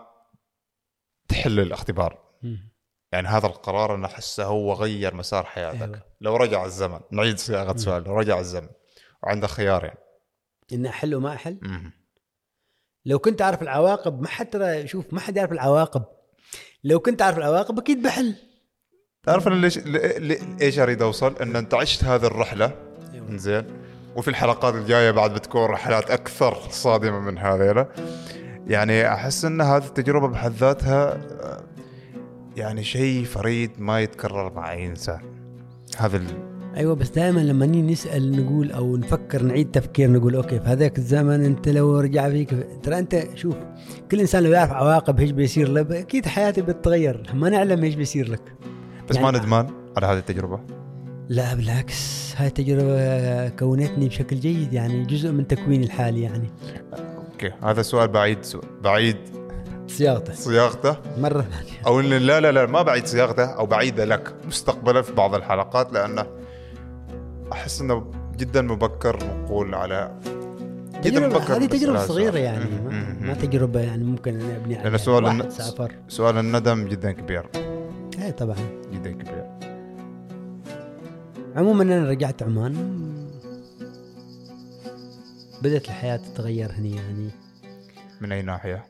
Speaker 1: تحل الاختبار. يعني هذا القرار انا احسه هو غير مسار حياتك. أيوة. لو رجع الزمن، نعيد صياغه السؤال، لو رجع الزمن وعندك خيارين
Speaker 2: ان احل وما احل، مم. لو كنت عارف العواقب، ما حتى شوف ما حد يعرف العواقب، لو كنت عارف العواقب اكيد بحل.
Speaker 1: تعرف انا ليش ايش اريد اوصل؟ ان انت عشت هذه الرحله. أيوة. زين، وفي الحلقات الجايه بعد بتكون رحلات اكثر صادمه من هذه. يعني احس ان هذه التجربه بحد ذاتها يعني شيء فريد ما يتكرر مع اي انسان. هذا ال...
Speaker 2: ايوه، بس دائما لما نسال نقول او نفكر نعيد تفكير نقول اوكي في هذاك الزمن انت لو رجع فيك، ترى انت شوف كل انسان لو يعرف عواقب ايش بيصير له اكيد حياته بتتغير. ما نعلم ايش بيصير لك،
Speaker 1: بس يعني ما ندمان على هذه التجربه.
Speaker 2: لا بالعكس، هاي التجربه كونتني بشكل جيد، يعني جزء من تكويني الحالي. يعني
Speaker 1: اوكي هذا سؤال بعيد سؤال. بعيد
Speaker 2: صياغته
Speaker 1: صياغته
Speaker 2: مرة ثانية،
Speaker 1: أو إن لا لا لا ما بعيد صياغته أو بعيدة لك مستقبلا في بعض الحلقات، لأنه أحس إنه جدا مبكر نقول على
Speaker 2: جدا مبكر. هذه تجربة صغيرة يعني ما, ما تجربة يعني ممكن أن أبني عليها.
Speaker 1: سؤال الن... سؤال الندم جدا كبير.
Speaker 2: إيه طبعا
Speaker 1: جدا كبير.
Speaker 2: عموما أنا رجعت عمان، بدأت الحياة تتغير هنا. يعني
Speaker 1: من أي ناحية؟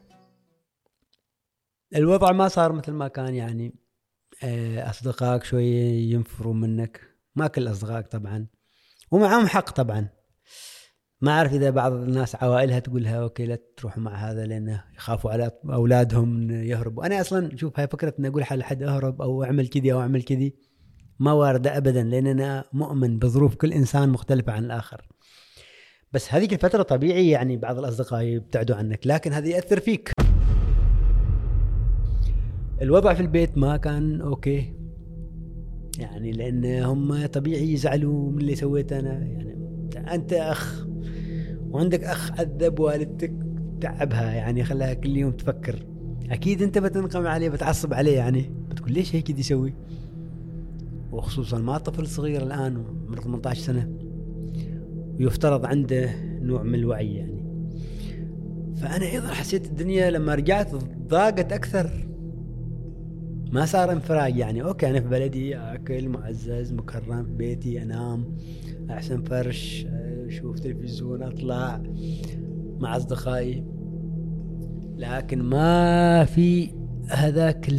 Speaker 2: الوضع ما صار مثل ما كان. يعني أصدقائك شوية ينفروا منك، ما كل أصدقائك طبعا ومعهم حق طبعا، ما أعرف إذا بعض الناس عوائلها تقولها أوكي لا تروحوا مع هذا لأنه يخافوا على أولادهم يهربوا. أنا أصلا شوف هاي فكرة أن أقول حال حد أهرب أو أعمل كذي أو أعمل كذي ما واردة أبدا، لأن أنا مؤمن بظروف كل إنسان مختلفة عن الآخر. بس هذيك الفترة طبيعي يعني بعض الأصدقاء يبتعدوا عنك، لكن هذا يأثر فيك. الوضع في البيت ما كان أوكي يعني، لأن هم طبيعي يزعلوا من اللي سويته أنا. يعني أنت أخ وعندك أخ عذب والدتك تعبها، يعني خلاها كل يوم تفكر، أكيد أنت بتنقم عليه بتعصب عليه، يعني بتقول ليش هيك دي يسوي، وخصوصا ما طفل صغير الآن عمره ثمانية عشر سنة ويفترض عنده نوع من الوعي يعني. فأنا أيضا حسيت الدنيا لما رجعت ضاقت أكثر، ما صار انفراج يعني. أوكي أنا في بلدي أكل معزز مكرم في بيتي، أنام أحسن فرش، أشوف تلفزيون، أطلع مع أصدقائي، لكن ما في هذاك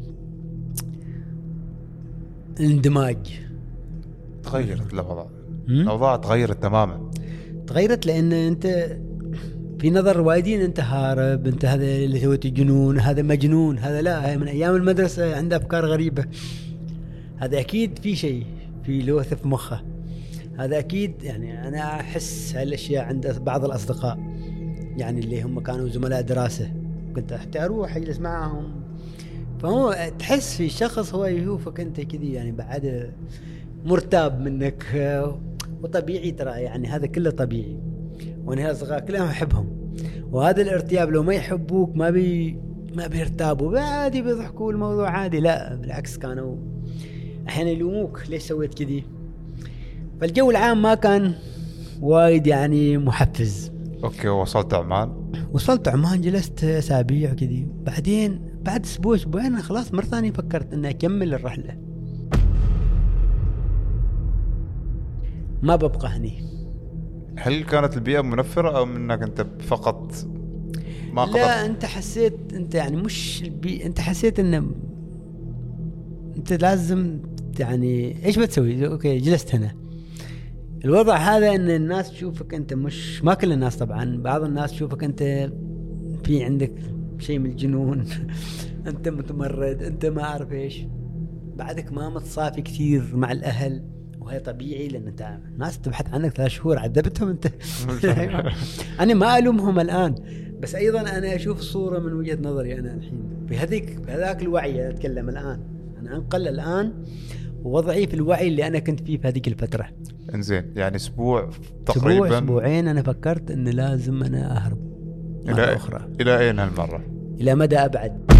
Speaker 2: الاندماج.
Speaker 1: تغيرت الأوضاع، الأوضاع تغيرت تماما.
Speaker 2: تغيرت لأن أنت في نظر وايدين أنت هارب، أنت هذا اللي سويته جنون، هذا مجنون، هذا لا، هاي من أيام المدرسة عنده أفكار غريبة، هذا أكيد في شيء في لوث في مخه، هذا أكيد. يعني أنا أحس هالأشياء عند بعض الأصدقاء يعني اللي هم كانوا زملاء دراسة، كنت حتى أروح أجلس معهم، فهو تحس في شخص هو يشوفك أنت كذي يعني بعد مرتاب منك، وطبيعي ترى يعني هذا كله طبيعي. وانا اصدقاء كلهم احبهم، وهذا الارتياب لو ما يحبوك ما بي ما بيرتابوا، عادي بيضحكوا الموضوع عادي، لا بالعكس كانوا احيانا يلوموك ليش سويت كذي. فالجو العام ما كان وايد يعني محفز.
Speaker 1: اوكي وصلت عمان.
Speaker 2: وصلت عمان جلست اسابيع كذي، بعدين بعد اسبوع اسبوعين خلاص مرة ثانية فكرت اني اكمل الرحلة، ما ببقى هني.
Speaker 1: هل كانت البيئة منفرة أو منك أنت فقط ما قدرت؟
Speaker 2: لا أنت حسيت أنت يعني مش البيئة، أنت حسيت إن أنت لازم يعني إيش بتسوي؟ أوكي جلست هنا، الوضع هذا إن الناس تشوفك أنت، مش ما كل الناس طبعا، بعض الناس تشوفك أنت في عندك شيء من الجنون أنت متمرد، أنت ما أعرف إيش، بعدك ما متصافي كثير مع الأهل، وهي طبيعي لأن أنت ناس تبحث عنك ثلاث شهور عذبتهم أنت. أنا ما ألومهم الآن، بس أيضا أنا أشوف الصورة من وجهة نظري أنا الحين بهذيك بهذاك الوعي أتكلم الآن، أنا أنقل الآن ووضعي في الوعي اللي أنا كنت فيه في هذيك الفترة.
Speaker 1: إنزين يعني أسبوع تقريبا،
Speaker 2: أسبوع أسبوعين أنا فكرت إن لازم أنا أهرب مرة
Speaker 1: إلى
Speaker 2: أخرى.
Speaker 1: إلى أين هالمرة؟
Speaker 2: إلى مدى أبعد.